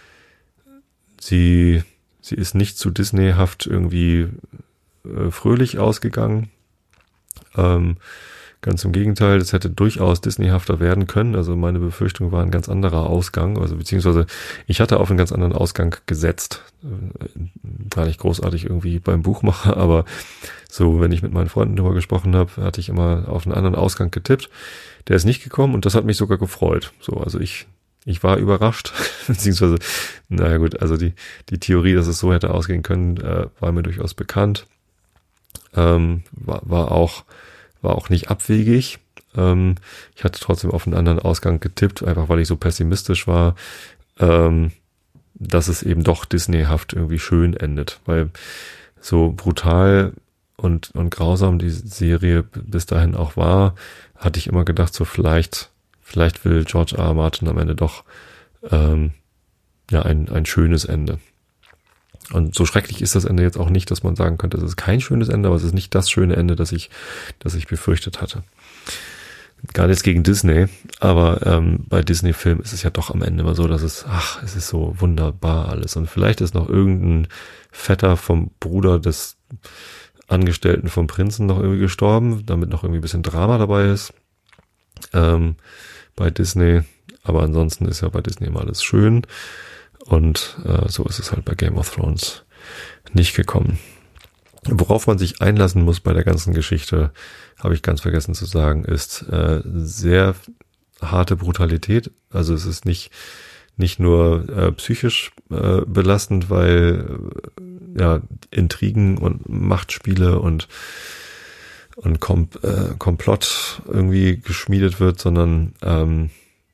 Speaker 1: sie Sie ist nicht zu Disney-haft irgendwie äh, fröhlich ausgegangen. Ähm, ganz im Gegenteil, das hätte durchaus Disney-hafter werden können. Also meine Befürchtung war ein ganz anderer Ausgang. Also beziehungsweise ich hatte auf einen ganz anderen Ausgang gesetzt. Äh, gar nicht großartig irgendwie beim Buchmacher, aber so, wenn ich mit meinen Freunden darüber gesprochen habe, hatte ich immer auf einen anderen Ausgang getippt. Der ist nicht gekommen und das hat mich sogar gefreut. So, also ich Ich war überrascht, beziehungsweise, naja gut, also die die Theorie, dass es so hätte ausgehen können, äh, war mir durchaus bekannt. Ähm, war, war auch war auch nicht abwegig. Ähm, ich hatte trotzdem auf einen anderen Ausgang getippt, einfach weil ich so pessimistisch war, ähm, dass es eben doch Disney-haft irgendwie schön endet, weil so brutal und und grausam die Serie bis dahin auch war, hatte ich immer gedacht, so vielleicht Vielleicht will George R. R. Martin am Ende doch ähm, ja ein ein schönes Ende. Und so schrecklich ist das Ende jetzt auch nicht, dass man sagen könnte, es ist kein schönes Ende, aber es ist nicht das schöne Ende, das ich das ich befürchtet hatte. Gar nichts gegen Disney, aber ähm, bei Disney-Filmen ist es ja doch am Ende immer so, dass es, ach, es ist so wunderbar alles. Und vielleicht ist noch irgendein Vetter vom Bruder des Angestellten vom Prinzen noch irgendwie gestorben, damit noch irgendwie ein bisschen Drama dabei ist. Ähm, bei Disney, aber ansonsten ist ja bei Disney immer alles schön und äh, so ist es halt bei Game of Thrones nicht gekommen. Worauf man sich einlassen muss bei der ganzen Geschichte, habe ich ganz vergessen zu sagen, ist äh, sehr harte Brutalität. Also es ist nicht nicht nur äh, psychisch äh, belastend, weil äh, ja Intrigen und Machtspiele und und Kom äh, Komplott irgendwie geschmiedet wird, sondern ähm,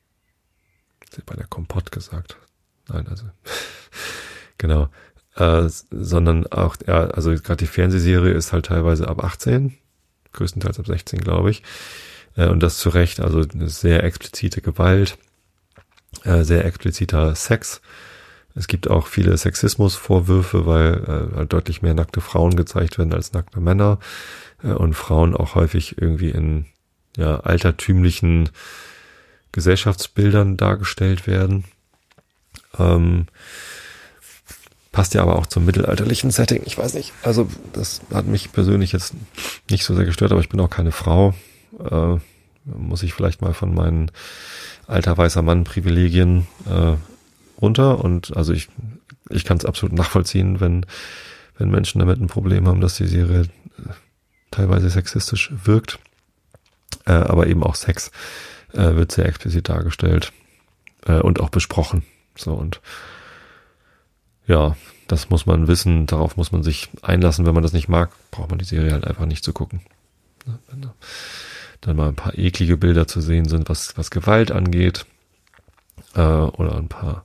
Speaker 1: ich bei der Kompott gesagt. Nein, also genau. Äh, sondern auch, ja, also gerade die Fernsehserie ist halt teilweise ab achtzehn, größtenteils ab sechzehn, glaube ich. Äh, und das zu Recht, also eine sehr explizite Gewalt, äh, sehr expliziter Sex. Es gibt auch viele Sexismusvorwürfe, weil äh, halt deutlich mehr nackte Frauen gezeigt werden als nackte Männer. Und Frauen auch häufig irgendwie in ja altertümlichen Gesellschaftsbildern dargestellt werden. Ähm, passt ja aber auch zum mittelalterlichen Setting. Ich weiß nicht, also das hat mich persönlich jetzt nicht so sehr gestört, aber ich bin auch keine Frau. Äh, muss ich vielleicht mal von meinen alter weißer Mann Privilegien äh, runter. Und also ich ich kann es absolut nachvollziehen, wenn wenn Menschen damit ein Problem haben, dass die Serie teilweise sexistisch wirkt, äh, aber eben auch Sex äh, wird sehr explizit dargestellt äh, und auch besprochen. So und ja, das muss man wissen, darauf muss man sich einlassen. Wenn man das nicht mag, braucht man die Serie halt einfach nicht zu gucken. Wenn da dann mal ein paar eklige Bilder zu sehen sind, was was Gewalt angeht äh, oder ein paar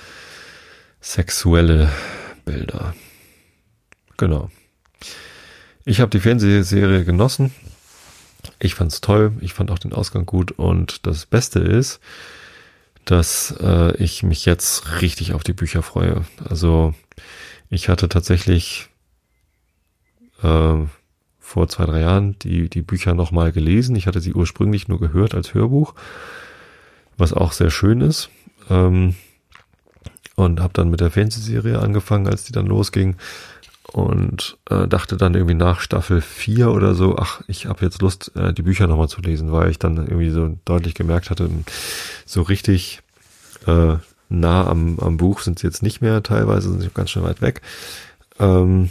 Speaker 1: sexuelle Bilder. Genau. Ich habe die Fernsehserie genossen. Ich fand's toll. Ich fand auch den Ausgang gut. Und das Beste ist, dass äh, ich mich jetzt richtig auf die Bücher freue. Also ich hatte tatsächlich äh, vor zwei, drei Jahren die die Bücher nochmal gelesen. Ich hatte sie ursprünglich nur gehört als Hörbuch was auch sehr schön ist. Ähm, und habe dann mit der Fernsehserie angefangen, als die dann losging. Und äh, dachte dann irgendwie nach Staffel vier oder so, ach, ich habe jetzt Lust, äh, die Bücher nochmal zu lesen, weil ich dann irgendwie so deutlich gemerkt hatte, so richtig äh, nah am, am Buch sind sie jetzt nicht mehr, teilweise sind sie ganz schön weit weg. Ähm,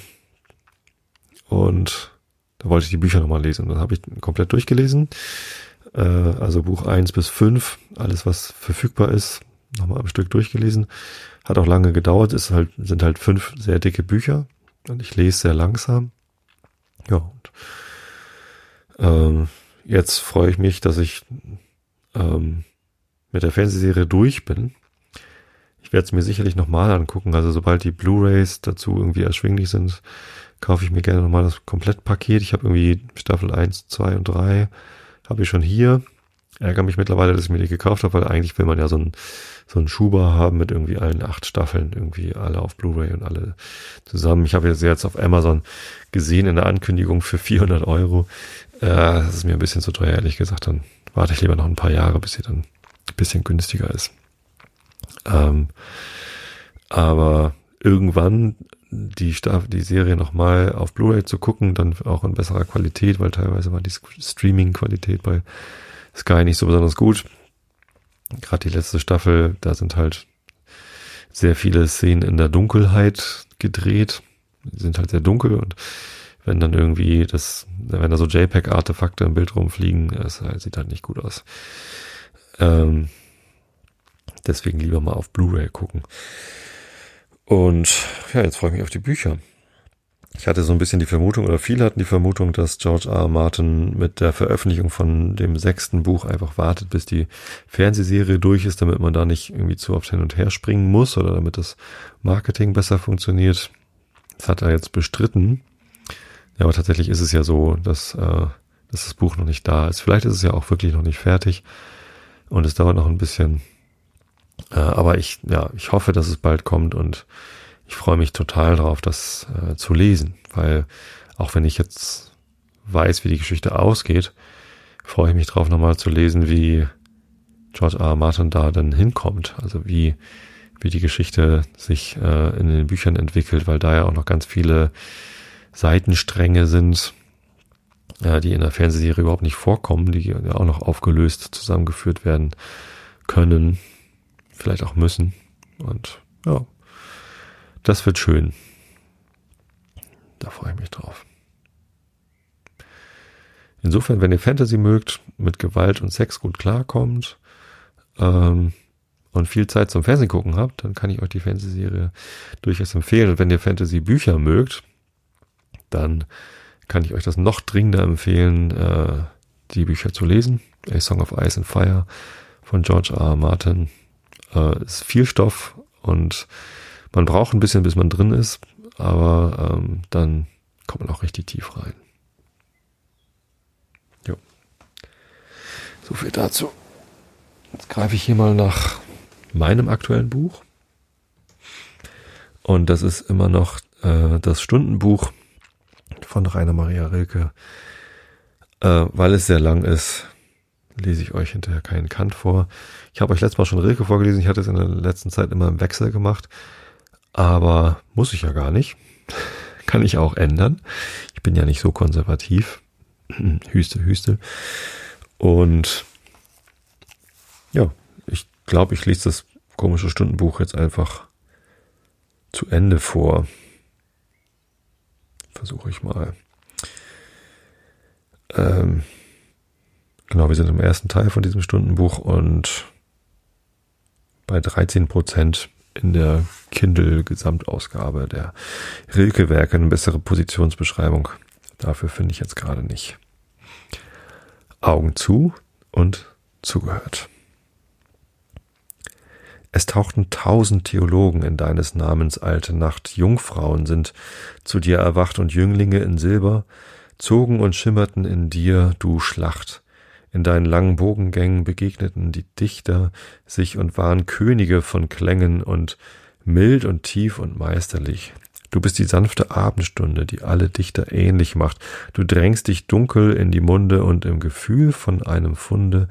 Speaker 1: und da wollte ich die Bücher nochmal lesen. Und dann habe ich komplett durchgelesen. Äh, also Buch eins bis fünf, alles was verfügbar ist, nochmal am Stück durchgelesen. Hat auch lange gedauert, ist halt, sind halt fünf sehr dicke Bücher. Und ich lese sehr langsam. Ja, und ähm, jetzt freue ich mich, dass ich ähm, mit der Fernsehserie durch bin. Ich werde es mir sicherlich nochmal angucken. Also sobald die Blu-rays dazu irgendwie erschwinglich sind, kaufe ich mir gerne nochmal das Komplettpaket. Ich habe irgendwie Staffel eins, zwei und drei habe ich schon hier. Ärgere mich mittlerweile, dass ich mir die gekauft habe, weil eigentlich will man ja so ein so ein Schuber haben mit irgendwie allen acht Staffeln, irgendwie alle auf Blu-ray und alle zusammen. Ich habe jetzt jetzt auf Amazon gesehen in der Ankündigung für vierhundert Euro. Äh, das ist mir ein bisschen zu teuer, ehrlich gesagt. Dann warte ich lieber noch ein paar Jahre, bis sie dann ein bisschen günstiger ist. Ähm, aber irgendwann die Staffel, die Serie nochmal auf Blu-ray zu gucken, dann auch in besserer Qualität, weil teilweise war die Streaming-Qualität bei Sky nicht so besonders gut. Gerade die letzte Staffel, da sind halt sehr viele Szenen in der Dunkelheit gedreht. Die sind halt sehr dunkel und wenn dann irgendwie das, wenn da so JPEG-Artefakte im Bild rumfliegen, das sieht halt nicht gut aus. Ähm, deswegen lieber mal auf Blu-ray gucken. Und ja, jetzt freue ich mich auf die Bücher. Ich hatte so ein bisschen die Vermutung, oder viele hatten die Vermutung, dass George R. R. Martin mit der Veröffentlichung von dem sechsten Buch einfach wartet, bis die Fernsehserie durch ist, damit man da nicht irgendwie zu oft hin und her springen muss oder damit das Marketing besser funktioniert. Das hat er jetzt bestritten. Ja, aber tatsächlich ist es ja so, dass, äh, dass das Buch noch nicht da ist. Vielleicht ist es ja auch wirklich noch nicht fertig und es dauert noch ein bisschen. Äh, aber ich, ja, ich hoffe, dass es bald kommt und ich freue mich total drauf, das äh, zu lesen, weil auch wenn ich jetzt weiß, wie die Geschichte ausgeht, freue ich mich drauf, nochmal zu lesen, wie George R. R. Martin da dann hinkommt, also wie wie die Geschichte sich äh, in den Büchern entwickelt, weil da ja auch noch ganz viele Seitenstränge sind, äh, die in der Fernsehserie überhaupt nicht vorkommen, die ja auch noch aufgelöst zusammengeführt werden können, vielleicht auch müssen und ja, das wird schön. Da freue ich mich drauf. Insofern, wenn ihr Fantasy mögt, mit Gewalt und Sex gut klarkommt ähm, und viel Zeit zum Fernsehen gucken habt, dann kann ich euch die Fernsehserie durchaus empfehlen. Und wenn ihr Fantasy-Bücher mögt, dann kann ich euch das noch dringender empfehlen, äh, die Bücher zu lesen. A Song of Ice and Fire von George R. R. Martin. Äh, ist viel Stoff und man braucht ein bisschen, bis man drin ist, aber ähm, dann kommt man auch richtig tief rein. Jo. So viel dazu. Jetzt greife ich hier mal nach meinem aktuellen Buch. Und das ist immer noch äh, das Stundenbuch von Rainer Maria Rilke. Äh, weil es sehr lang ist, lese ich euch hinterher keinen Kant vor. Ich habe euch letztes Mal schon Rilke vorgelesen. Ich hatte es in der letzten Zeit immer im Wechsel gemacht. Aber muss ich ja gar nicht. Kann ich auch ändern. Ich bin ja nicht so konservativ. Hüste, Hüste. Und ja, ich glaube, ich lese das komische Stundenbuch jetzt einfach zu Ende vor. Versuche ich mal. Ähm, genau, wir sind im ersten Teil von diesem Stundenbuch und bei dreizehn Prozent in der Kindle-Gesamtausgabe der Rilke-Werke eine bessere Positionsbeschreibung. Dafür finde ich jetzt gerade nicht. Augen zu und zugehört. Es tauchten tausend Theologen in deines Namens alte Nacht, Jungfrauen sind zu dir erwacht und Jünglinge in Silber, zogen und schimmerten in dir, du Schlacht. In deinen langen Bogengängen begegneten die Dichter sich und waren Könige von Klängen und mild und tief und meisterlich Du bist die sanfte Abendstunde, die alle Dichter ähnlich macht. Du drängst dich dunkel in die Munde und im Gefühl von einem Funde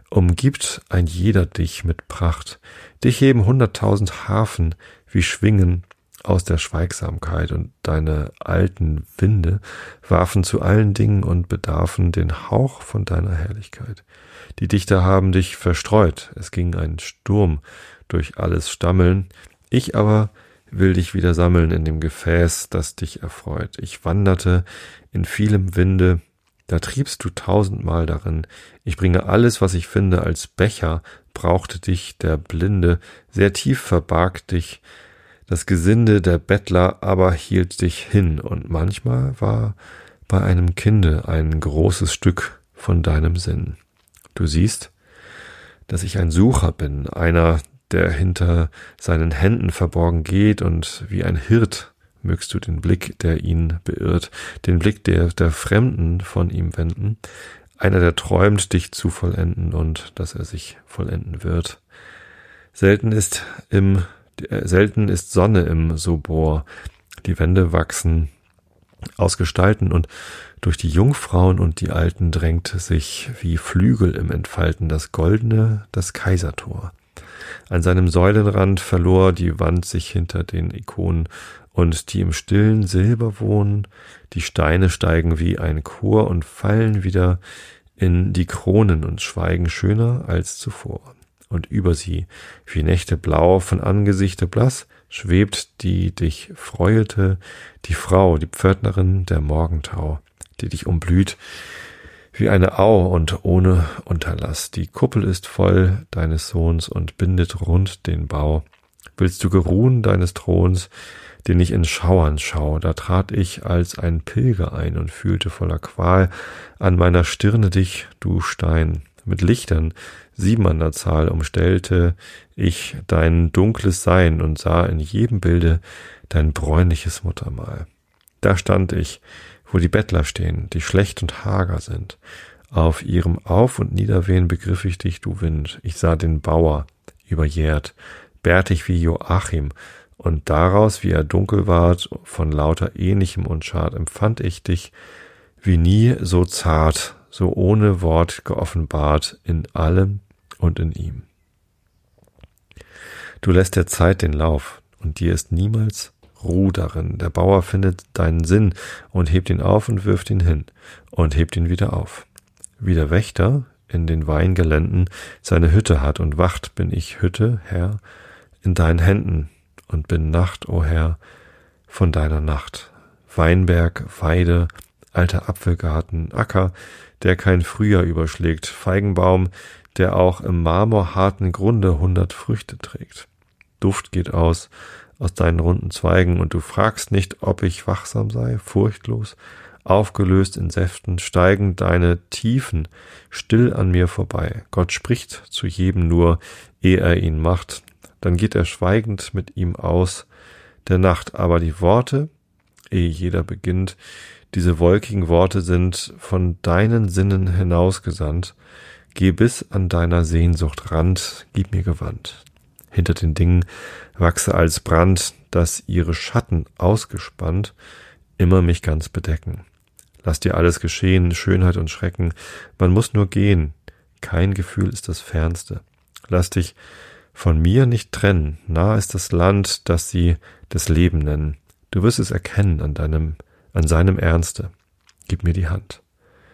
Speaker 1: umgibt ein jeder dich mit Pracht. Dich heben hunderttausend Harfen wie Schwingen aus der Schweigsamkeit und deine alten Winde warfen zu allen Dingen und bedarfen den Hauch von deiner Herrlichkeit. Die Dichter haben dich verstreut, es ging ein Sturm durch alles Stammeln, ich aber will dich wieder sammeln in dem Gefäß, das dich erfreut. Ich wanderte in vielem Winde, da triebst du tausendmal darin. Ich bringe alles, was ich finde, als Becher, brauchte dich der Blinde, sehr tief verbarg dich das Gesinde der Bettler, aber hielt dich hin, und manchmal war bei einem Kinde ein großes Stück von deinem Sinn. Du siehst, dass ich ein Sucher bin, einer, der hinter seinen Händen verborgen geht, und wie ein Hirt mögst du den Blick, der ihn beirrt, den Blick der, der Fremden von ihm wenden, einer, der träumt, dich zu vollenden und dass er sich vollenden wird. Selten ist im, äh, selten ist Sonne im Sobor, die Wände wachsen aus Gestalten, und durch die Jungfrauen und die Alten drängt sich wie Flügel im Entfalten das Goldene, das Kaisertor. An seinem Säulenrand verlor die Wand sich hinter den Ikonen, und die im stillen Silber wohnen, die Steine steigen wie ein Chor und fallen wieder in die Kronen und schweigen schöner als zuvor. Und über sie, wie Nächte blau, von Angesichte blass, schwebt die dich freuete, die Frau, die Pförtnerin der Morgentau, die dich umblüht wie eine Au und ohne Unterlass. Die Kuppel ist voll deines Sohns und bindet rund den Bau. Willst du geruhen deines Throns, den ich in Schauern schau, da trat ich als ein Pilger ein und fühlte voller Qual an meiner Stirne dich, du Stein. Mit Lichtern, sieben an der Zahl, umstellte ich dein dunkles Sein und sah in jedem Bilde dein bräunliches Muttermal. Da stand ich, wo die Bettler stehen, die schlecht und hager sind. Auf ihrem Auf- und Niederwehen begriff ich dich, du Wind. Ich sah den Bauer, überjährt, bärtig wie Joachim, und daraus, wie er dunkel ward, von lauter Ähnlichem und Schad, empfand ich dich wie nie so zart, so ohne Wort geoffenbart in allem und in ihm. Du lässt der Zeit den Lauf, und dir ist niemals Ruh darin. Der Bauer findet deinen Sinn und hebt ihn auf und wirft ihn hin und hebt ihn wieder auf. Wie der Wächter in den Weingeländen seine Hütte hat und wacht, bin ich Hütte, Herr, in deinen Händen und bin Nacht, o Herr, von deiner Nacht. Weinberg, Weide, alter Apfelgarten, Acker, der kein Frühjahr überschlägt, Feigenbaum, der auch im marmorharten Grunde hundert Früchte trägt. Duft geht aus aus deinen runden Zweigen, und du fragst nicht, ob ich wachsam sei, furchtlos, aufgelöst in Säften, steigen deine Tiefen still an mir vorbei. Gott spricht zu jedem nur, ehe er ihn macht, dann geht er schweigend mit ihm aus der Nacht, aber die Worte, ehe jeder beginnt, diese wolkigen Worte sind von deinen Sinnen hinausgesandt, geh bis an deiner Sehnsucht Rand, gib mir Gewand. Hinter den Dingen wachse als Brand, dass ihre Schatten ausgespannt immer mich ganz bedecken. Lass dir alles geschehen, Schönheit und Schrecken, man muss nur gehen, kein Gefühl ist das Fernste. Lass dich von mir nicht trennen, nah ist das Land, das sie das Leben nennen. Du wirst es erkennen an deinem, an seinem Ernste. Gib mir die Hand.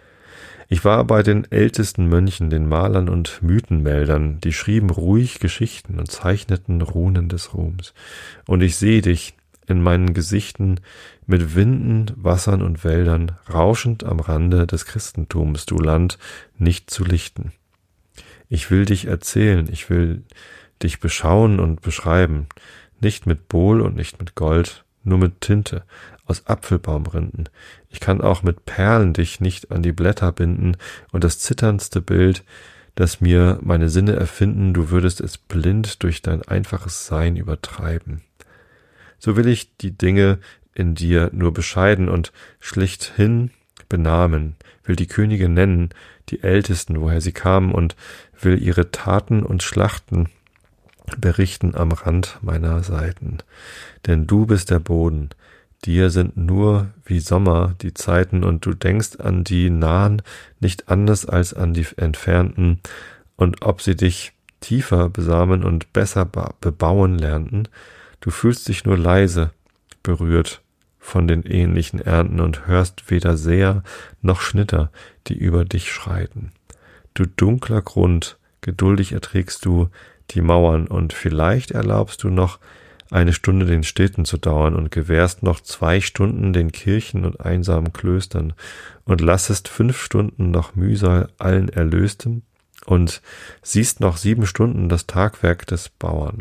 Speaker 1: Ich war bei den ältesten Mönchen, den Malern und Mythenmeldern, die schrieben ruhig Geschichten und zeichneten Runen des Ruhms. Und ich seh dich in meinen Gesichten mit Winden, Wassern und Wäldern, rauschend am Rande des Christentums, du Land, nicht zu lichten. Ich will dich erzählen, ich will dich beschauen und beschreiben, nicht mit Bohl und nicht mit Gold, nur mit Tinte aus Apfelbaumrinden. Ich kann auch mit Perlen dich nicht an die Blätter binden, und das zitterndste Bild, das mir meine Sinne erfinden, du würdest es blind durch dein einfaches Sein übertreiben. So will ich die Dinge in dir nur bescheiden und schlichthin benamen, will die Könige nennen, die Ältesten, woher sie kamen, und will ihre Taten und Schlachten berichten am Rand meiner Seiten. Denn du bist der Boden, Dir sind nur wie Sommer die Zeiten und du denkst an die Nahen nicht anders als an die Entfernten, und ob sie dich tiefer besamen und besser bebauen lernten, du fühlst dich nur leise berührt von den ähnlichen Ernten und hörst weder Säher noch Schnitter, die über dich schreiten. Du dunkler Grund, geduldig erträgst du die Mauern, und vielleicht erlaubst du noch eine Stunde den Städten zu dauern und gewährst noch zwei Stunden den Kirchen und einsamen Klöstern und lassest fünf Stunden noch Mühsal allen Erlöstem und siehst noch sieben Stunden das Tagwerk des Bauern.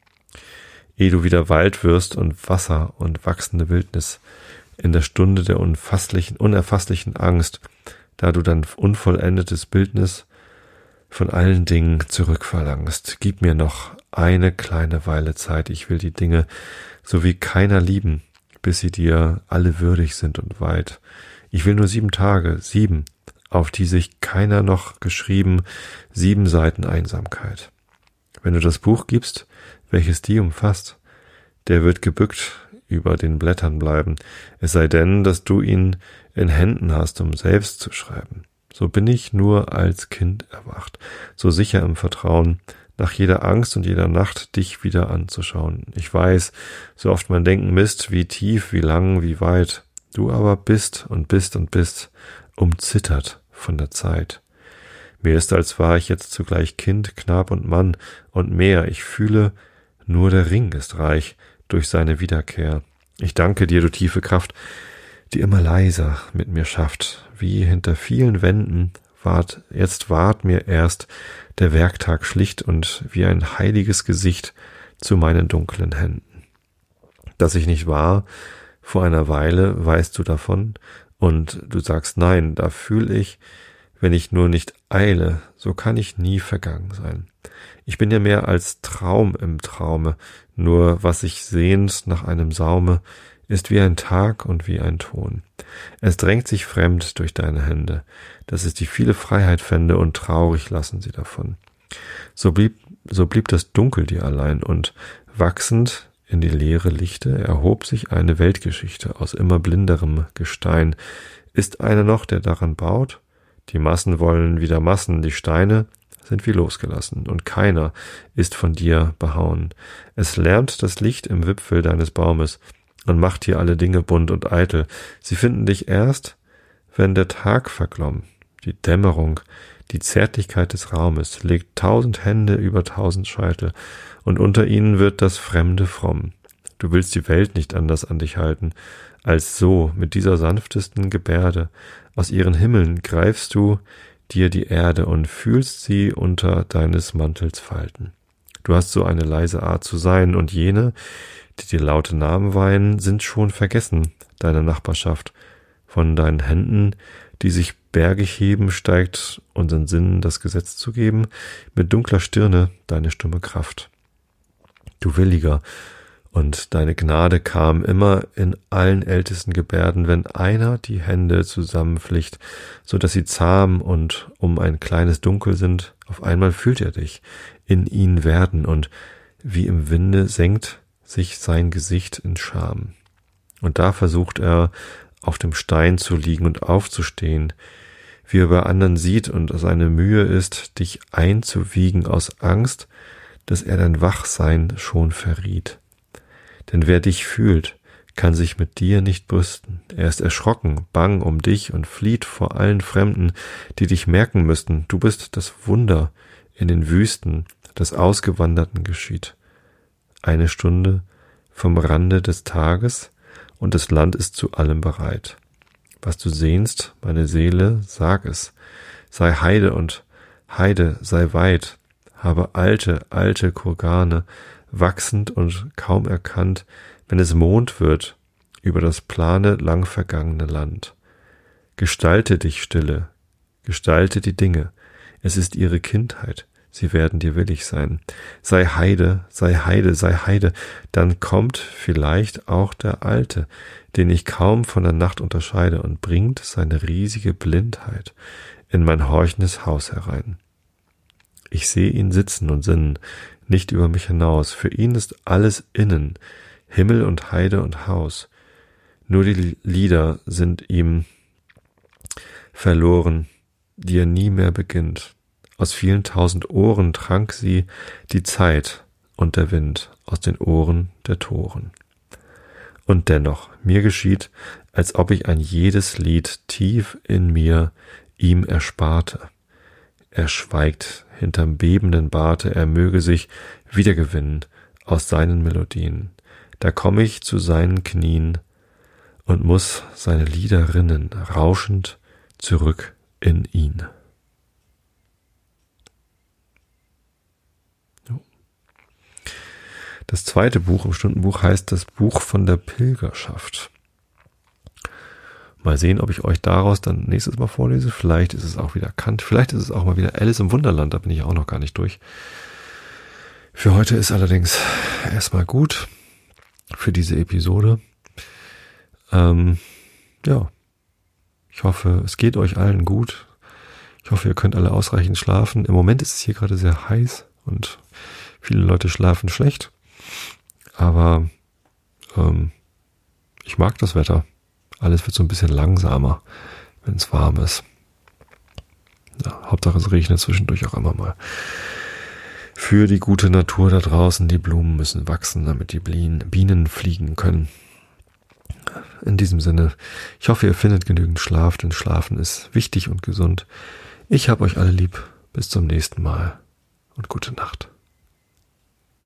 Speaker 1: Ehe du wieder Wald wirst und Wasser und wachsende Wildnis in der Stunde der unfasslichen, unerfasslichen Angst, da du dein unvollendetes Bildnis von allen Dingen zurückverlangst. Gib mir noch eine kleine Weile Zeit, ich will die Dinge so wie keiner lieben, bis sie dir alle würdig sind und weit. Ich will nur sieben Tage, sieben, auf die sich keiner noch geschrieben, sieben Seiten Einsamkeit. Wenn du das Buch gibst, welches die umfasst, der wird gebückt über den Blättern bleiben, es sei denn, dass du ihn in Händen hast, um selbst zu schreiben. So bin ich nur als Kind erwacht, so sicher im Vertrauen, nach jeder Angst und jeder Nacht dich wieder anzuschauen. Ich weiß, so oft mein Denken misst, wie tief, wie lang, wie weit, du aber bist und bist und bist, umzittert von der Zeit. Mir ist, als war ich jetzt zugleich Kind, Knab und Mann und mehr. Ich fühle, nur der Ring ist reich durch seine Wiederkehr. Ich danke dir, du tiefe Kraft, die immer leiser mit mir schafft. Wie hinter vielen Wänden ward, jetzt ward mir erst der Werktag schlicht und wie ein heiliges Gesicht zu meinen dunklen Händen. Dass ich nicht war, vor einer Weile weißt du davon, und du sagst nein, da fühl ich, wenn ich nur nicht eile, so kann ich nie vergangen sein. Ich bin ja mehr als Traum im Traume, nur was ich sehnt nach einem Saume, ist wie ein Tag und wie ein Ton. Es drängt sich fremd durch deine Hände, dass es die viele Freiheit fände, und traurig lassen sie davon. So blieb, so blieb das Dunkel dir allein, und wachsend in die leere Lichte erhob sich eine Weltgeschichte aus immer blinderem Gestein. Ist einer noch, der daran baut? Die Massen wollen wieder Massen, die Steine sind wie losgelassen, und keiner ist von dir behauen. Es lärmt das Licht im Wipfel deines Baumes und macht hier alle Dinge bunt und eitel. Sie finden dich erst, wenn der Tag verglomm. Die Dämmerung, die Zärtlichkeit des Raumes legt tausend Hände über tausend Scheitel, und unter ihnen wird das Fremde fromm. Du willst die Welt nicht anders an dich halten, als so mit dieser sanftesten Gebärde. Aus ihren Himmeln greifst du dir die Erde und fühlst sie unter deines Mantels Falten. Du hast so eine leise Art zu sein, und jene, die dir laute Namen weihen, sind schon vergessen, deiner Nachbarschaft. Von deinen Händen, die sich bergig heben, steigt unseren Sinnen das Gesetz zu geben, mit dunkler Stirne deine stumme Kraft. Du Williger, und deine Gnade kam immer in allen ältesten Gebärden, wenn einer die Hände zusammenflicht, so dass sie zahm und um ein kleines Dunkel sind, auf einmal fühlt er dich in ihn werden, und wie im Winde senkt sich sein Gesicht in Scham. Und da versucht er, auf dem Stein zu liegen und aufzustehen, wie er bei anderen sieht, und seine Mühe ist, dich einzuwiegen aus Angst, dass er dein Wachsein schon verriet. Denn wer dich fühlt, kann sich mit dir nicht brüsten. Er ist erschrocken, bang um dich und flieht vor allen Fremden, die dich merken müssten. Du bist das Wunder in den Wüsten des Ausgewanderten geschieht. Eine Stunde vom Rande des Tages, und das Land ist zu allem bereit. Was du sehnst, meine Seele, sag es. Sei Heide und Heide, sei weit. Habe alte, alte Kurgane, wachsend und kaum erkannt, wenn es Mond wird über das plane, lang vergangene Land. Gestalte dich, Stille, gestalte die Dinge, es ist ihre Kindheit, sie werden dir willig sein. Sei Heide, sei Heide, sei Heide, dann kommt vielleicht auch der Alte, den ich kaum von der Nacht unterscheide, und bringt seine riesige Blindheit in mein horchendes Haus herein. Ich sehe ihn sitzen und sinnen, nicht über mich hinaus. Für ihn ist alles innen, Himmel und Heide und Haus. Nur die Lieder sind ihm verloren, die er nie mehr beginnt. Aus vielen tausend Ohren trank sie die Zeit und der Wind aus den Ohren der Toren. Und dennoch, mir geschieht, als ob ich ein jedes Lied tief in mir ihm ersparte. Er schweigt hinterm bebenden Barte, er möge sich wiedergewinnen aus seinen Melodien. Da komm ich zu seinen Knien und muss seine Lieder rinnen, rauschend zurück in ihn. Das zweite Buch im Stundenbuch heißt das Buch von der Pilgerschaft. Mal sehen, ob ich euch daraus dann nächstes Mal vorlese. Vielleicht ist es auch wieder Kant, vielleicht ist es auch mal wieder Alice im Wunderland, da bin ich auch noch gar nicht durch. Für heute ist allerdings erstmal gut für diese Episode. Ähm, ja, ich hoffe, es geht euch allen gut. Ich hoffe, ihr könnt alle ausreichend schlafen. Im Moment ist es hier gerade sehr heiß und viele Leute schlafen schlecht. Aber ähm, ich mag das Wetter. Alles wird so ein bisschen langsamer, wenn es warm ist. Ja, Hauptsache es regnet zwischendurch auch immer mal. Für die gute Natur da draußen, die Blumen müssen wachsen, damit die Bienen fliegen können. In diesem Sinne, ich hoffe, ihr findet genügend Schlaf, denn Schlafen ist wichtig und gesund. Ich hab euch alle lieb. Bis zum nächsten Mal und gute Nacht.